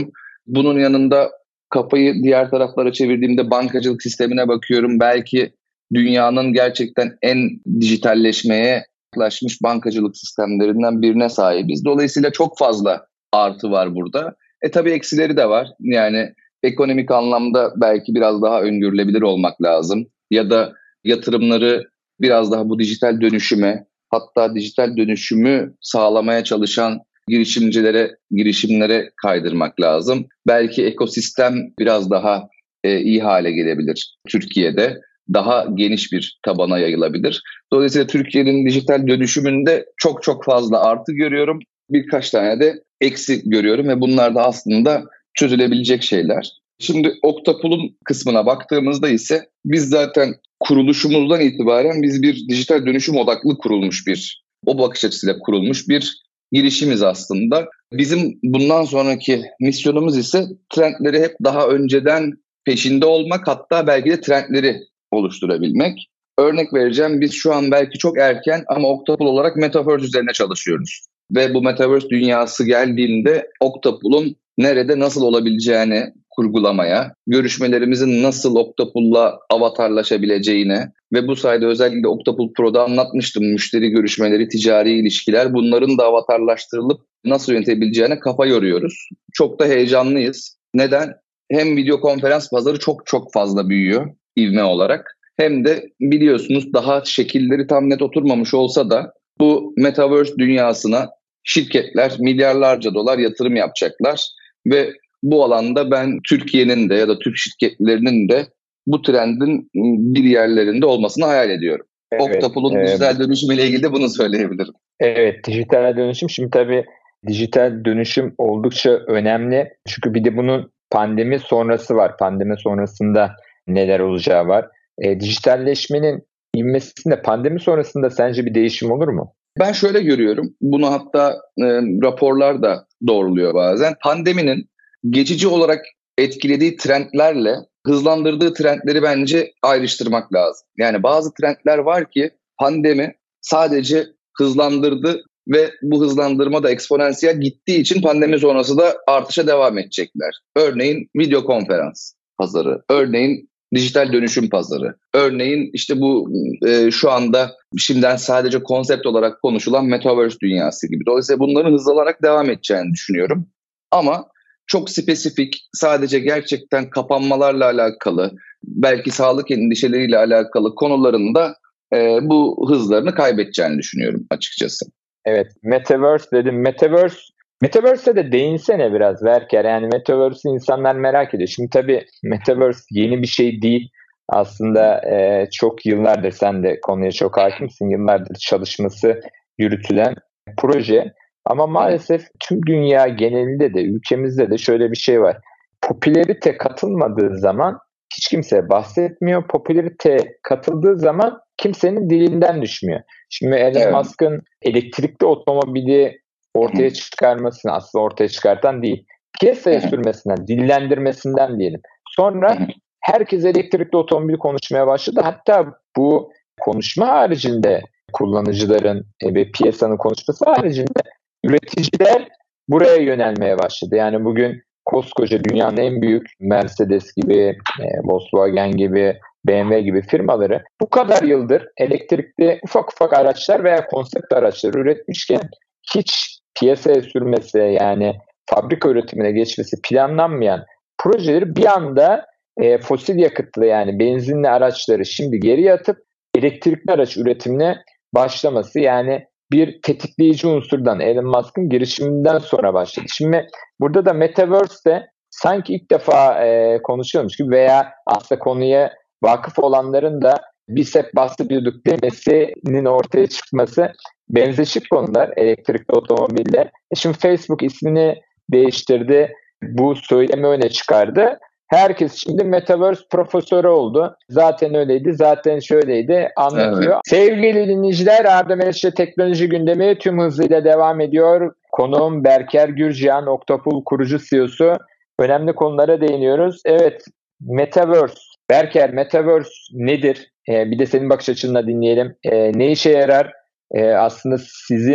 Bunun yanında kafayı diğer taraflara çevirdiğimde bankacılık sistemine bakıyorum. Belki dünyanın gerçekten en dijitalleşmeye yaklaşmış bankacılık sistemlerinden birine sahibiz. Dolayısıyla çok fazla artı var burada. E tabii eksileri de var. Yani ekonomik anlamda belki biraz daha öngörülebilir olmak lazım. Ya da yatırımları biraz daha bu dijital dönüşüme, hatta dijital dönüşümü sağlamaya çalışan girişimcilere, girişimlere kaydırmak lazım. Belki ekosistem biraz daha e, iyi hale gelebilir Türkiye'de. Daha geniş bir tabana yayılabilir. Dolayısıyla Türkiye'nin dijital dönüşümünde çok çok fazla artı görüyorum. Birkaç tane de eksi görüyorum ve bunlar da aslında çözülebilecek şeyler. Şimdi Octopol'un kısmına baktığımızda ise biz zaten kuruluşumuzdan itibaren biz bir dijital dönüşüm odaklı kurulmuş bir, o bakış açısıyla kurulmuş bir girişimiz aslında. Bizim bundan sonraki misyonumuz ise trendleri hep daha önceden peşinde olmak, hatta belki de trendleri oluşturabilmek. Örnek vereceğim, biz şu an belki çok erken ama Octopol olarak Metaverse üzerine çalışıyoruz. Ve bu Metaverse dünyası geldiğinde Octopol'un nerede nasıl olabileceğini kurgulamaya, görüşmelerimizin nasıl Octopol'la avatarlaşabileceğine ve bu sayede özellikle Octopol Pro'da anlatmıştım. Müşteri görüşmeleri, ticari ilişkiler, bunların da avatarlaştırılıp nasıl yönetebileceğine kafa yoruyoruz. Çok da heyecanlıyız. Neden? Hem video konferans pazarı çok çok fazla büyüyor ivme olarak. Hem de biliyorsunuz daha şekilleri tam net oturmamış olsa da bu Metaverse dünyasına şirketler milyarlarca dolar yatırım yapacaklar ve bu alanda ben Türkiye'nin de ya da Türk şirketlerinin de bu trendin bir yerlerinde olmasını hayal ediyorum. Evet, Octopol'un evet. dijital dönüşümüyle ilgili de bunu söyleyebilirim. Evet, dijital dönüşüm. Şimdi tabii dijital dönüşüm oldukça önemli. Çünkü bir de bunun pandemi sonrası var. Pandemi sonrasında neler olacağı var. E, dijitalleşmenin ivmesinde pandemi sonrasında sence bir değişim olur mu? Ben şöyle görüyorum. Bunu hatta e, raporlar da doğruluyor bazen. Pandeminin geçici olarak etkilediği trendlerle hızlandırdığı trendleri bence ayrıştırmak lazım. Yani bazı trendler var ki pandemi sadece hızlandırdı ve bu hızlandırma da eksponansiyel gittiği için pandemi sonrası da artışa devam edecekler. Örneğin video konferans pazarı, örneğin dijital dönüşüm pazarı, örneğin işte bu e, şu anda şimdiden sadece konsept olarak konuşulan Metaverse dünyası gibi. Dolayısıyla bunların hızlanarak devam edeceğini düşünüyorum. Ama çok spesifik, sadece gerçekten kapanmalarla alakalı, belki sağlık endişeleriyle alakalı konularında e, bu hızlarını kaybedeceğini düşünüyorum açıkçası. Evet, Metaverse dedim. Metaverse, Metaverse'e de değinsene biraz Berker. Yani Metaverse'ü insanlar merak ediyor. Şimdi tabii Metaverse yeni bir şey değil. Aslında e, çok yıllardır, sen de konuya çok hakimsin, yıllardır çalışması yürütülen proje. Ama maalesef tüm dünya genelinde de, ülkemizde de şöyle bir şey var. Popülerite katılmadığı zaman hiç kimse bahsetmiyor. Popülerite katıldığı zaman kimsenin dilinden düşmüyor. Şimdi Elon evet. Musk'ın elektrikli otomobili ortaya çıkarmasını, aslında ortaya çıkartan değil, piyasaya sürmesinden, dillendirmesinden diyelim. Sonra herkes elektrikli otomobil konuşmaya başladı. Hatta bu konuşma haricinde kullanıcıların ve piyasanın konuşması haricinde üreticiler buraya yönelmeye başladı. Yani bugün koskoca dünyanın en büyük Mercedes gibi, Volkswagen gibi, B M W gibi firmaları bu kadar yıldır elektrikli ufak ufak araçlar veya konsept araçları üretmişken hiç piyasaya sürmesi, yani fabrika üretimine geçmesi planlanmayan projeleri bir anda e, fosil yakıtlı, yani benzinli araçları şimdi geriye atıp elektrikli araç üretimine başlaması, yani bir tetikleyici unsurdan, Elon Musk'ın girişiminden sonra başladı. Şimdi burada da Metaverse'de sanki ilk defa e, konuşuyormuş gibi veya aslında konuya vakıf olanların da biz hep bahsediyorduk demesinin ortaya çıkması benzeşik konular elektrikli otomobille. Şimdi Facebook ismini değiştirdi, bu söylemi öne çıkardı. Herkes şimdi Metaverse profesörü oldu. Zaten öyleydi, zaten şöyleydi anlatıyor. Evet. Sevgili dinleyiciler, Arda Meriç'le teknoloji gündemi tüm hızıyla devam ediyor. Konuğum Berker Gürcihan, Octopol kurucu C E O'su. Önemli konulara değiniyoruz. Evet, Metaverse. Berker, Metaverse nedir? Ee, bir de senin bakış açınla dinleyelim. Ee, ne işe yarar? Ee, aslında sizin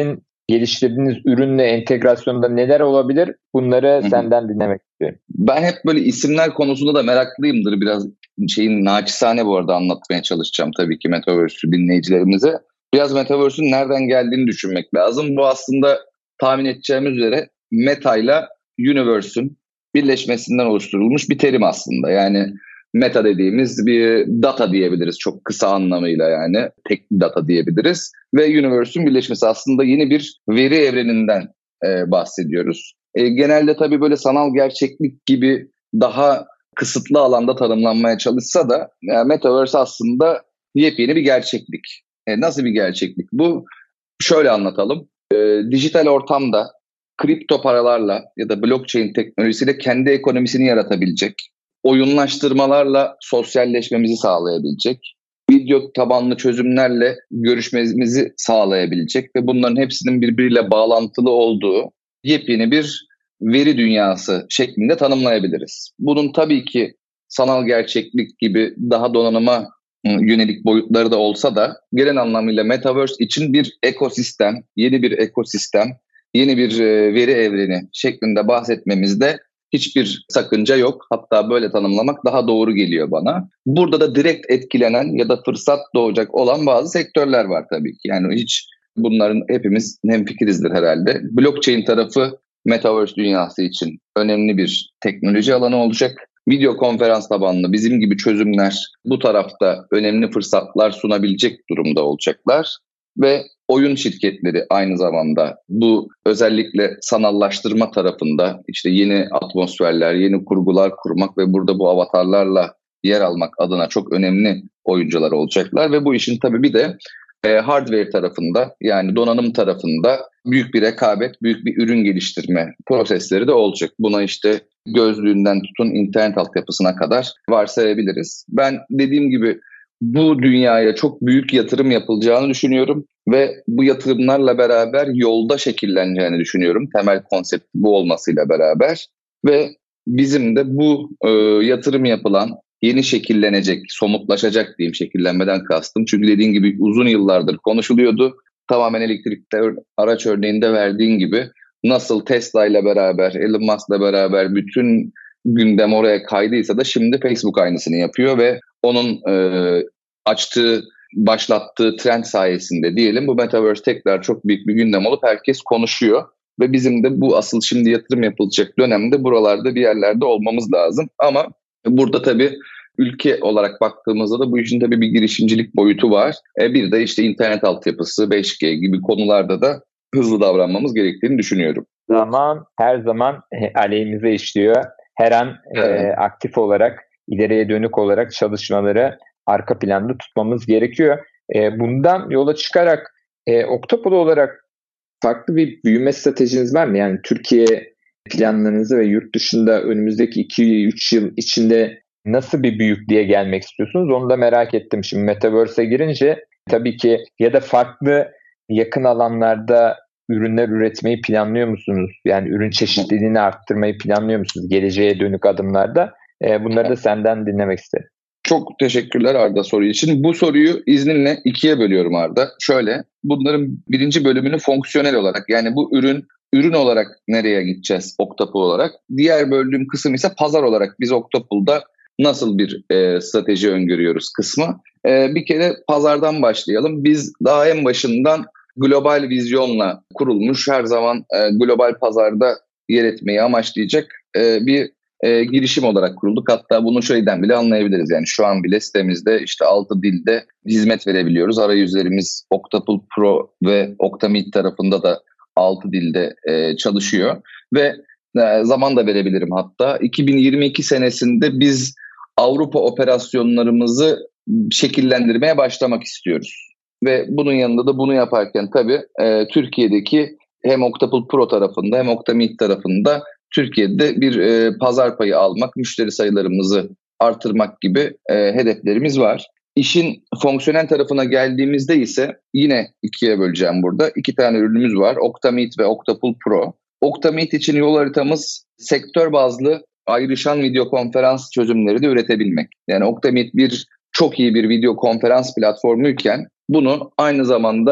geliştirdiğiniz ürünle entegrasyonda neler olabilir? Bunları Hı-hı. senden dinlemek istiyorum. Ben hep böyle isimler konusunda da meraklıyımdır. Biraz şeyin naçizane bu arada anlatmaya çalışacağım tabii ki Metaverse'ü dinleyicilerimize. Biraz Metaverse'ün nereden geldiğini düşünmek lazım. Bu aslında tahmin edeceğimiz üzere Meta ile Universe'ün birleşmesinden oluşturulmuş bir terim aslında. Yani Meta dediğimiz bir data diyebiliriz çok kısa anlamıyla, yani tek data diyebiliriz. Ve Universe'ün birleşmesi aslında yeni bir veri evreninden e, bahsediyoruz. E, genelde tabii böyle sanal gerçeklik gibi daha kısıtlı alanda tanımlanmaya çalışsa da yani Metaverse aslında yepyeni bir gerçeklik. E, nasıl bir gerçeklik bu? Şöyle anlatalım. E, dijital ortamda kripto paralarla ya da blockchain teknolojisiyle kendi ekonomisini yaratabilecek, oyunlaştırmalarla sosyalleşmemizi sağlayabilecek, video tabanlı çözümlerle görüşmemizi sağlayabilecek ve bunların hepsinin birbiriyle bağlantılı olduğu yepyeni bir veri dünyası şeklinde tanımlayabiliriz. Bunun tabii ki sanal gerçeklik gibi daha donanıma yönelik boyutları da olsa da genel anlamıyla Metaverse için bir ekosistem, yeni bir ekosistem, yeni bir veri evreni şeklinde bahsetmemizde hiçbir sakınca yok. Hatta böyle tanımlamak daha doğru geliyor bana. Burada da direkt etkilenen ya da fırsat doğacak olan bazı sektörler var tabii ki. Yani hiç bunların hepimiz hemfikirizdir herhalde. Blockchain tarafı Metaverse dünyası için önemli bir teknoloji alanı olacak. Video konferans tabanlı bizim gibi çözümler bu tarafta önemli fırsatlar sunabilecek durumda olacaklar. Ve oyun şirketleri aynı zamanda bu özellikle sanallaştırma tarafında işte yeni atmosferler, yeni kurgular kurmak ve burada bu avatarlarla yer almak adına çok önemli oyuncular olacaklar. Ve bu işin tabii bir de e, hardware tarafında, yani donanım tarafında büyük bir rekabet, büyük bir ürün geliştirme prosesleri de olacak. Buna işte gözlüğünden tutun internet altyapısına kadar varsayabiliriz. Ben dediğim gibi bu dünyaya çok büyük yatırım yapılacağını düşünüyorum ve bu yatırımlarla beraber yolda şekilleneceğini düşünüyorum. Temel konsept bu olmasıyla beraber ve bizim de bu e, yatırım yapılan, yeni şekillenecek, somutlaşacak diyeyim, şekillenmeden kastım. Çünkü dediğin gibi uzun yıllardır konuşuluyordu. Tamamen elektrikli araç örneğinde verdiğin gibi nasıl Tesla ile beraber, Elon Musk ile beraber bütün gündem oraya kaydıysa da şimdi Facebook aynısını yapıyor ve onun e, açtığı, başlattığı trend sayesinde diyelim bu Metaverse tekrar çok büyük bir gündem olup herkes konuşuyor. Ve bizim de bu asıl şimdi yatırım yapılacak dönemde buralarda bir yerlerde olmamız lazım. Ama burada tabii ülke olarak baktığımızda da bu işin tabii bir girişimcilik boyutu var. E bir de işte internet altyapısı, beş G gibi konularda da hızlı davranmamız gerektiğini düşünüyorum. Zaman her zaman aleyhimize işliyor. Her an evet. e, aktif olarak, ileriye dönük olarak çalışmaları arka planda tutmamız gerekiyor. E, bundan yola çıkarak e, Octopolo olarak farklı bir büyüme stratejiniz var mı? Yani Türkiye planlarınızı ve yurt dışında önümüzdeki iki üç yıl içinde nasıl bir büyüklüğe gelmek istiyorsunuz? Onu da merak ettim. Şimdi Metaverse'e girince tabii ki ya da farklı yakın alanlarda ürünler üretmeyi planlıyor musunuz? Yani ürün çeşitliliğini arttırmayı planlıyor musunuz geleceğe dönük adımlarda? E, bunları da senden dinlemek isterim. Çok teşekkürler Arda soru için. Bu soruyu izninle ikiye bölüyorum Arda. Şöyle, bunların birinci bölümünü fonksiyonel olarak, yani bu ürün ürün olarak nereye gideceğiz Octopolo olarak? Diğer böldüğüm kısım ise pazar olarak biz Octopolo'da nasıl bir e, strateji öngörüyoruz kısmı. E, bir kere pazardan başlayalım. Biz daha en başından global vizyonla kurulmuş, her zaman e, global pazarda yer etmeyi amaçlayacak e, bir e, girişim olarak kurulduk. Hatta bunu şöyleden bile anlayabiliriz. Yani şu an bile sitemizde işte altı dilde hizmet verebiliyoruz. Arayüzlerimiz Octopolo Pro ve Octameet tarafında da altı dilde e, çalışıyor. Ve e, zaman da verebilirim hatta. iki bin yirmi iki senesinde biz Avrupa operasyonlarımızı şekillendirmeye başlamak istiyoruz. Ve bunun yanında da bunu yaparken tabii e, Türkiye'deki hem Octopolo Pro tarafında hem Octameet tarafında Türkiye'de bir e, pazar payı almak, müşteri sayılarımızı artırmak gibi e, hedeflerimiz var. İşin fonksiyonel tarafına geldiğimizde ise yine ikiye böleceğim burada. İki tane ürünümüz var. Octameet ve Octopolo Pro. Octameet için yol haritamız sektör bazlı ayrışan video konferans çözümleri de üretebilmek. Yani Octameet bir çok iyi bir video konferans platformuyken bunu aynı zamanda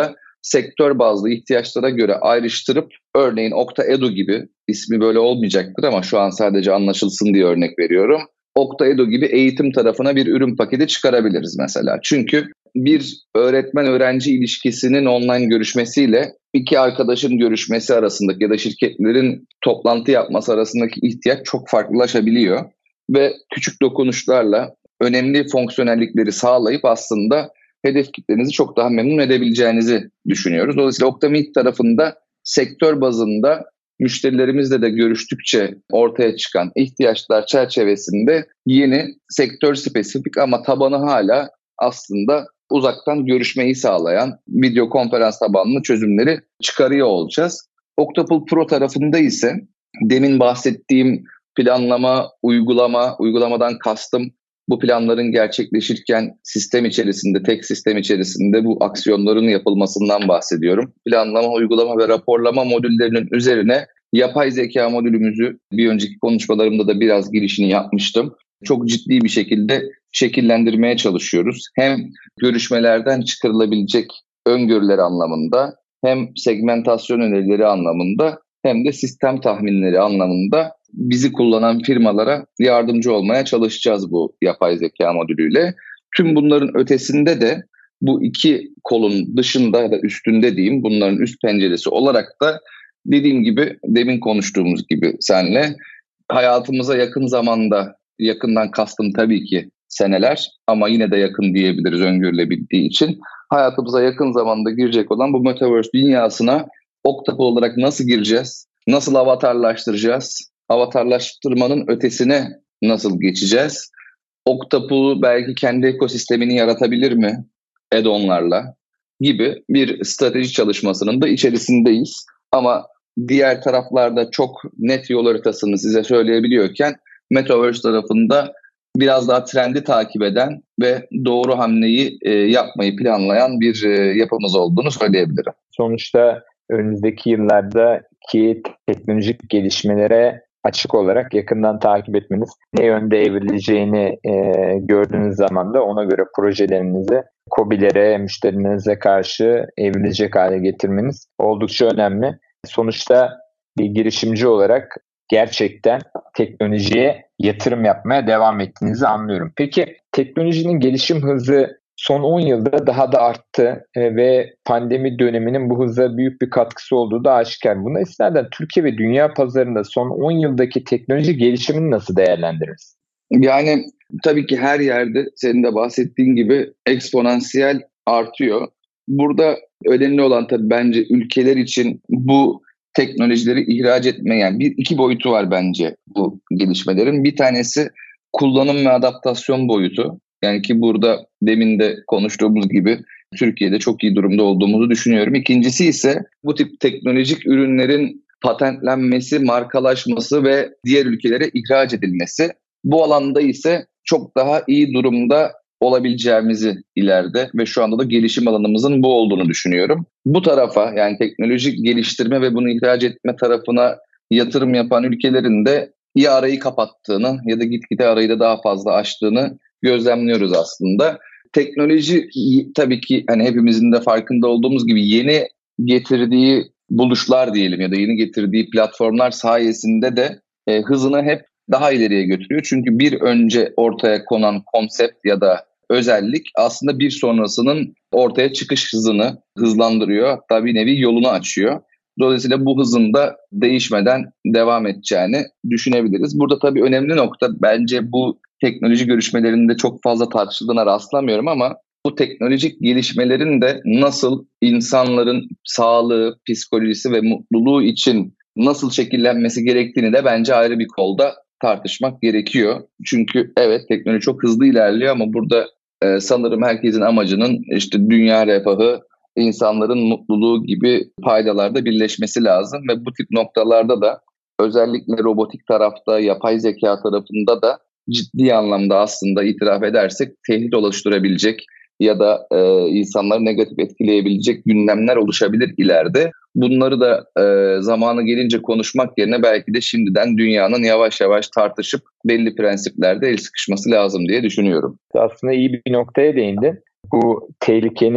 sektör bazlı ihtiyaçlara göre ayrıştırıp örneğin Okta.edu gibi, ismi böyle olmayacaktır ama şu an sadece anlaşılsın diye örnek veriyorum. Okta.edu gibi eğitim tarafına bir ürün paketi çıkarabiliriz mesela. Çünkü bir öğretmen-öğrenci ilişkisinin online görüşmesiyle iki arkadaşın görüşmesi arasındaki ya da şirketlerin toplantı yapması arasındaki ihtiyaç çok farklılaşabiliyor. Ve küçük dokunuşlarla önemli fonksiyonellikleri sağlayıp aslında hedef kitlenizi çok daha memnun edebileceğinizi düşünüyoruz. Dolayısıyla Okta.meet tarafında sektör bazında müşterilerimizle de görüştükçe ortaya çıkan ihtiyaçlar çerçevesinde yeni sektör spesifik ama tabanı hala aslında uzaktan görüşmeyi sağlayan video konferans tabanlı çözümleri çıkarıyor olacağız. Octopool Pro tarafında ise demin bahsettiğim planlama, uygulama, uygulamadan kastım bu planların gerçekleşirken sistem içerisinde, tek sistem içerisinde bu aksiyonların yapılmasından bahsediyorum. Planlama, uygulama ve raporlama modüllerinin üzerine yapay zeka modülümüzü bir önceki konuşmalarımda da biraz girişini yapmıştım. Çok ciddi bir şekilde şekillendirmeye çalışıyoruz. Hem görüşmelerden çıkarılabilecek öngörüler anlamında, hem segmentasyon önerileri anlamında, hem de sistem tahminleri anlamında bizi kullanan firmalara yardımcı olmaya çalışacağız bu yapay zeka modülüyle. Tüm bunların ötesinde de bu iki kolun dışında ya da üstünde diyeyim, bunların üst penceresi olarak da dediğim gibi, demin konuştuğumuz gibi seninle hayatımıza yakın zamanda, yakından kastım tabii ki seneler ama yine de yakın diyebiliriz öngörülebildiği için, hayatımıza yakın zamanda girecek olan bu Metaverse dünyasına Octopool olarak nasıl gireceğiz? Nasıl avatarlaştıracağız? Avatarlaştırmanın ötesine nasıl geçeceğiz? Octopool belki kendi ekosistemini yaratabilir mi add-on'larla gibi bir strateji çalışmasının da içerisindeyiz. Ama diğer taraflarda çok net yol haritasını size söyleyebiliyorken Metaverse tarafında biraz daha trendi takip eden ve doğru hamleyi e, yapmayı planlayan bir e, yapımız olduğunu söyleyebilirim. Sonuçta önümüzdeki yıllardaki teknolojik gelişmelere açık olarak yakından takip etmeniz, ne yönde evrileceğini e, gördüğünüz zaman da ona göre projelerinizi KOBİ'lere, müşterilerinize karşı evrilecek hale getirmeniz oldukça önemli. Sonuçta bir girişimci olarak gerçekten teknolojiye yatırım yapmaya devam ettiğinizi anlıyorum. Peki teknolojinin gelişim hızı son on yılda daha da arttı ve pandemi döneminin bu hıza büyük bir katkısı olduğu da aşikar. Buna istinaden Türkiye ve dünya pazarında son on yıldaki teknoloji gelişimini nasıl değerlendiririz? Yani tabii ki her yerde senin de bahsettiğin gibi eksponansiyel artıyor. Burada önemli olan tabii bence ülkeler için bu teknolojileri ihraç etmeyen bir iki boyutu var bence bu gelişmelerin. Bir tanesi kullanım ve adaptasyon boyutu. Yani ki burada demin de konuştuğumuz gibi Türkiye'de çok iyi durumda olduğumuzu düşünüyorum. İkincisi ise bu tip teknolojik ürünlerin patentlenmesi, markalaşması ve diğer ülkelere ihraç edilmesi. Bu alanda ise çok daha iyi durumda olabileceğimizi ileride ve şu anda da gelişim alanımızın bu olduğunu düşünüyorum. Bu tarafa, yani teknolojik geliştirme ve bunu ihraç etme tarafına yatırım yapan ülkelerin de ya arayı kapattığını ya da gitgide arayı da daha fazla açtığını gözlemliyoruz aslında. Teknoloji tabii ki hani hepimizin de farkında olduğumuz gibi yeni getirdiği buluşlar diyelim ya da yeni getirdiği platformlar sayesinde de e, hızını hep daha ileriye götürüyor. Çünkü bir önce ortaya konan konsept ya da özellik aslında bir sonrasının ortaya çıkış hızını hızlandırıyor. Hatta bir nevi yolunu açıyor. Dolayısıyla bu hızın da değişmeden devam edeceğini düşünebiliriz. Burada tabii önemli nokta, bence bu teknoloji görüşmelerinde çok fazla tartışıldığına rastlamıyorum ama bu teknolojik gelişmelerin de nasıl insanların sağlığı, psikolojisi ve mutluluğu için nasıl şekillenmesi gerektiğini de bence ayrı bir kolda tartışmak gerekiyor. Çünkü evet, teknoloji çok hızlı ilerliyor ama burada e, sanırım herkesin amacının işte dünya refahı, insanların mutluluğu gibi paydalarda birleşmesi lazım ve bu tip noktalarda da özellikle robotik tarafta, yapay zeka tarafında da ciddi anlamda aslında itiraf edersek tehdit oluşturabilecek ya da e, insanları negatif etkileyebilecek gündemler oluşabilir ileride. Bunları da e, zamanı gelince konuşmak yerine belki de şimdiden dünyanın yavaş yavaş tartışıp belli prensiplerde el sıkışması lazım diye düşünüyorum. Aslında iyi bir noktaya değindin. Bu tehlikenin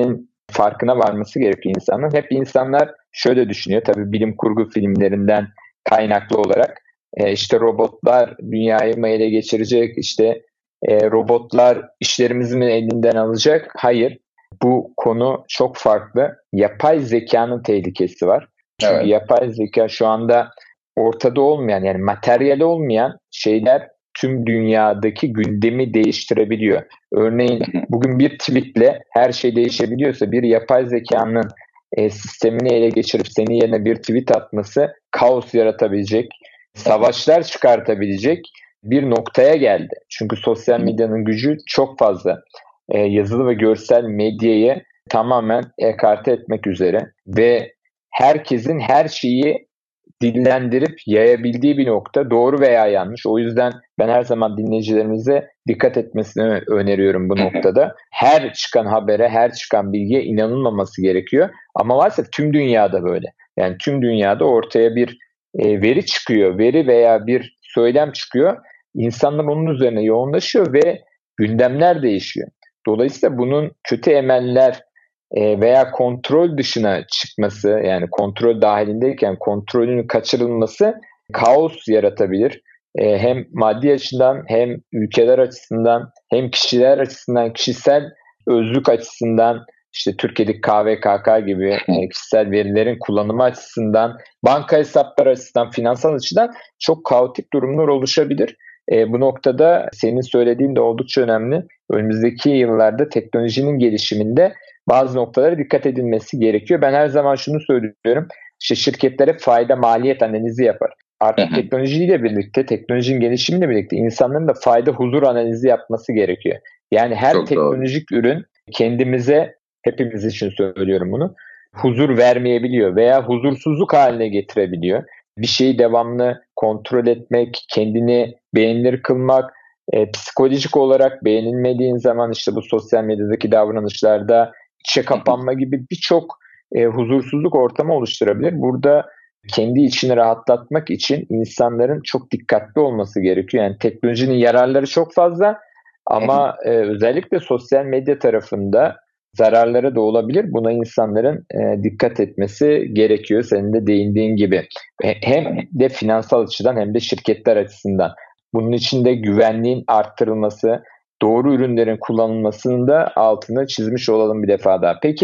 farkına varması gerekiyor insanın. Hep insanlar şöyle düşünüyor, tabii bilim kurgu filmlerinden kaynaklı olarak. E, işte robotlar dünyayı mı ele geçirecek, işte e, robotlar işlerimizi mi elinden alacak? Hayır, bu konu çok farklı. Yapay zekanın tehlikesi var. Çünkü evet. Yapay zeka şu anda ortada olmayan, yani materyal olmayan şeyler tüm dünyadaki gündemi değiştirebiliyor. Örneğin bugün bir tweetle her şey değişebiliyorsa, bir yapay zekanın e, sistemini ele geçirip senin yerine bir tweet atması kaos yaratabilecek, savaşlar çıkartabilecek bir noktaya geldi. Çünkü sosyal medyanın gücü çok fazla. E, yazılı ve görsel medyayı tamamen ekarte etmek üzere ve herkesin her şeyi dillendirip yayabildiği bir nokta, doğru veya yanlış. O yüzden ben her zaman dinleyicilerimize dikkat etmesini öneriyorum bu noktada. Her çıkan habere, her çıkan bilgiye inanılmaması gerekiyor. Ama maalesef tüm dünyada böyle. Yani tüm dünyada ortaya bir e, veri çıkıyor, veri veya bir söylem çıkıyor. İnsanlar onun üzerine yoğunlaşıyor ve gündemler değişiyor. Dolayısıyla bunun kötü emeller veya kontrol dışına çıkması, yani kontrol dahilindeyken kontrolün kaçırılması kaos yaratabilir. Hem maddi açıdan, hem ülkeler açısından, hem kişiler açısından, kişisel özlük açısından, işte Türkiye'deki K V K K gibi kişisel verilerin kullanımı açısından, banka hesapları açısından, finansal açıdan çok kaotik durumlar oluşabilir. E, bu noktada senin söylediğin de oldukça önemli. Önümüzdeki yıllarda teknolojinin gelişiminde bazı noktalara dikkat edilmesi gerekiyor. Ben her zaman şunu söylüyorum. İşte şirketlere fayda maliyet analizi yapar. Artık teknolojiyle birlikte, teknolojinin gelişimiyle birlikte insanların da fayda huzur analizi yapması gerekiyor. Yani her Çok teknolojik doğru. ürün kendimize, hepimiz için söylüyorum bunu, huzur vermeyebiliyor veya huzursuzluk haline getirebiliyor. Bir şeyi devamlı kontrol etmek, kendini beğenilir kılmak, e, psikolojik olarak beğenilmediğin zaman işte bu sosyal medyadaki davranışlarda içe kapanma gibi birçok e, huzursuzluk ortamı oluşturabilir. Burada kendi içini rahatlatmak için insanların çok dikkatli olması gerekiyor. Yani teknolojinin yararları çok fazla ama e, özellikle sosyal medya tarafında zararları da olabilir. Buna insanların e, dikkat etmesi gerekiyor. Senin de değindiğin gibi. Hem de finansal açıdan hem de şirketler açısından. Bunun için de güvenliğin arttırılması, doğru ürünlerin kullanılmasının da altını çizmiş olalım bir defa daha. Peki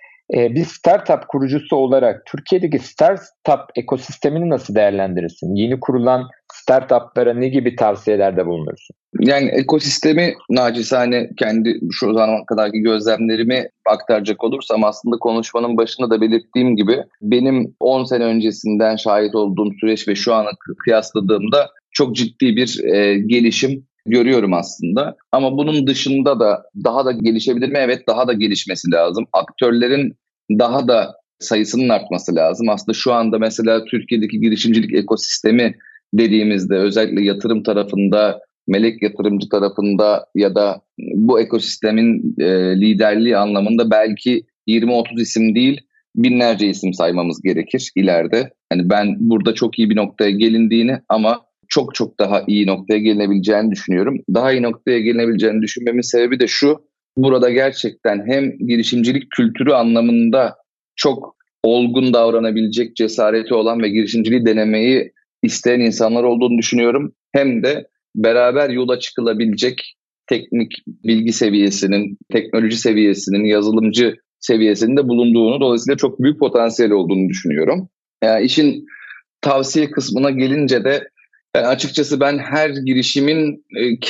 e, bir startup kurucusu olarak Türkiye'deki startup ekosistemini nasıl değerlendirirsin? Yeni kurulan startuplara ne gibi tavsiyelerde bulunursun? Yani ekosistemi nacizane kendi şu zamana kadarki gözlemlerimi aktaracak olursam, aslında konuşmanın başında da belirttiğim gibi benim on sene öncesinden şahit olduğum süreç ve şu ana kıyasladığımda çok ciddi bir e, gelişim görüyorum aslında. Ama bunun dışında da daha da gelişebilir mi? Evet, daha da gelişmesi lazım. Aktörlerin daha da sayısının artması lazım. Aslında şu anda mesela Türkiye'deki girişimcilik ekosistemi dediğimizde özellikle yatırım tarafında, melek yatırımcı tarafında ya da bu ekosistemin e, liderliği anlamında belki yirmi otuz isim değil, binlerce isim saymamız gerekir ileride. Yani ben burada çok iyi bir noktaya gelindiğini ama çok çok daha iyi noktaya gelinebileceğini düşünüyorum. Daha iyi noktaya gelinebileceğini düşünmemin sebebi de şu: burada gerçekten hem girişimcilik kültürü anlamında çok olgun davranabilecek cesareti olan ve girişimciliği denemeyi isteyen insanlar olduğunu düşünüyorum. Hem de beraber yola çıkılabilecek teknik bilgi seviyesinin, teknoloji seviyesinin, yazılımcı seviyesinde bulunduğunu, dolayısıyla çok büyük potansiyel olduğunu düşünüyorum. Yani işin tavsiye kısmına gelince de yani açıkçası ben her girişimin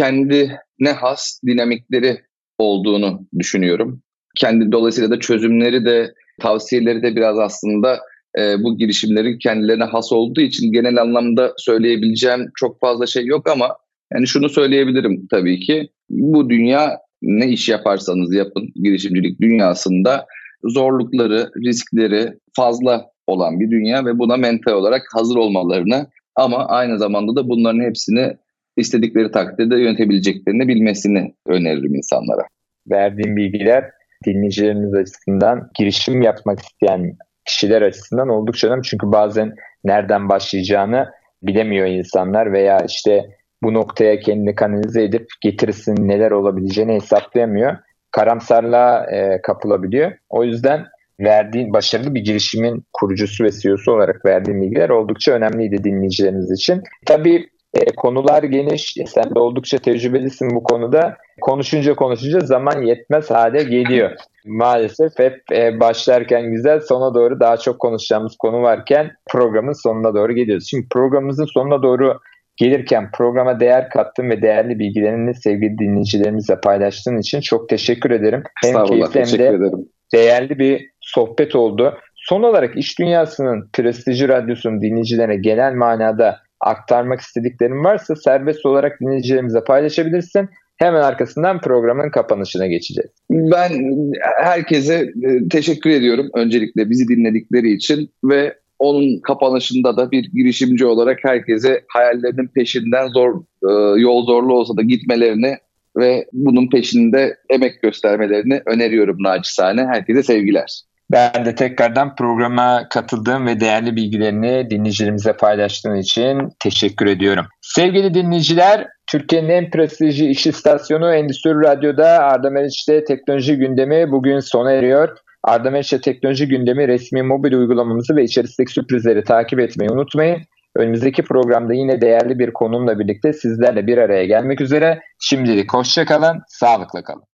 kendine has dinamikleri olduğunu düşünüyorum. Kendi dolayısıyla da çözümleri de, tavsiyeleri de biraz aslında e, bu girişimlerin kendilerine has olduğu için genel anlamda söyleyebileceğim çok fazla şey yok ama yani şunu söyleyebilirim tabii ki: bu dünya, ne iş yaparsanız yapın girişimcilik dünyasında, zorlukları, riskleri fazla olan bir dünya ve buna mental olarak hazır olmalarını, ama aynı zamanda da bunların hepsini istedikleri takdirde yönetebileceklerini bilmesini öneririm insanlara. Verdiğim bilgiler dinleyicilerimiz açısından, girişim yapmak isteyen kişiler açısından oldukça önemli. Çünkü bazen nereden başlayacağını bilemiyor insanlar veya işte bu noktaya kendini kanalize edip getirisinin neler olabileceğini hesaplayamıyor. karamsarlığa e, kapılabiliyor. O yüzden verdiğin başarılı bir girişimin kurucusu ve C E O'su olarak verdiğin bilgiler oldukça önemliydi dinleyicilerimiz için. Tabii e, konular geniş. E, sen de oldukça tecrübelisin bu konuda. Konuşunca konuşunca zaman yetmez hale geliyor. Maalesef hep e, başlarken güzel, sona doğru daha çok konuşacağımız konu varken programın sonuna doğru geliyoruz. Şimdi programımızın sonuna doğru gelirken programa değer kattığın ve değerli bilgilerini sevgili dinleyicilerimizle paylaştığın için çok teşekkür ederim. Hem keyifli hem de değerli bir sohbet oldu. Son olarak İş Dünyası'nın prestijli radyosunun dinleyicilerine genel manada aktarmak istediklerin varsa serbest olarak dinleyicilerimize paylaşabilirsin. Hemen arkasından programın kapanışına geçeceğiz. Ben herkese teşekkür ediyorum öncelikle bizi dinledikleri için ve onun kapanışında da bir girişimci olarak herkese hayallerinin peşinden zor yol zorlu olsa da gitmelerini ve bunun peşinde emek göstermelerini öneriyorum naçizane. Herkese sevgiler. Ben de tekrardan programa katıldığım ve değerli bilgilerini dinleyicilerimize paylaştığın için teşekkür ediyorum. Sevgili dinleyiciler, Türkiye'nin en prestijli iş istasyonu Endüstri Radyo'da Arda Meriç'te teknoloji gündemi bugün sona eriyor. Arda Meriç'te teknoloji gündemi resmi mobil uygulamamızı ve içerisindeki sürprizleri takip etmeyi unutmayın. Önümüzdeki programda yine değerli bir konumla birlikte sizlerle bir araya gelmek üzere. Şimdilik hoşça kalın, sağlıkla kalın.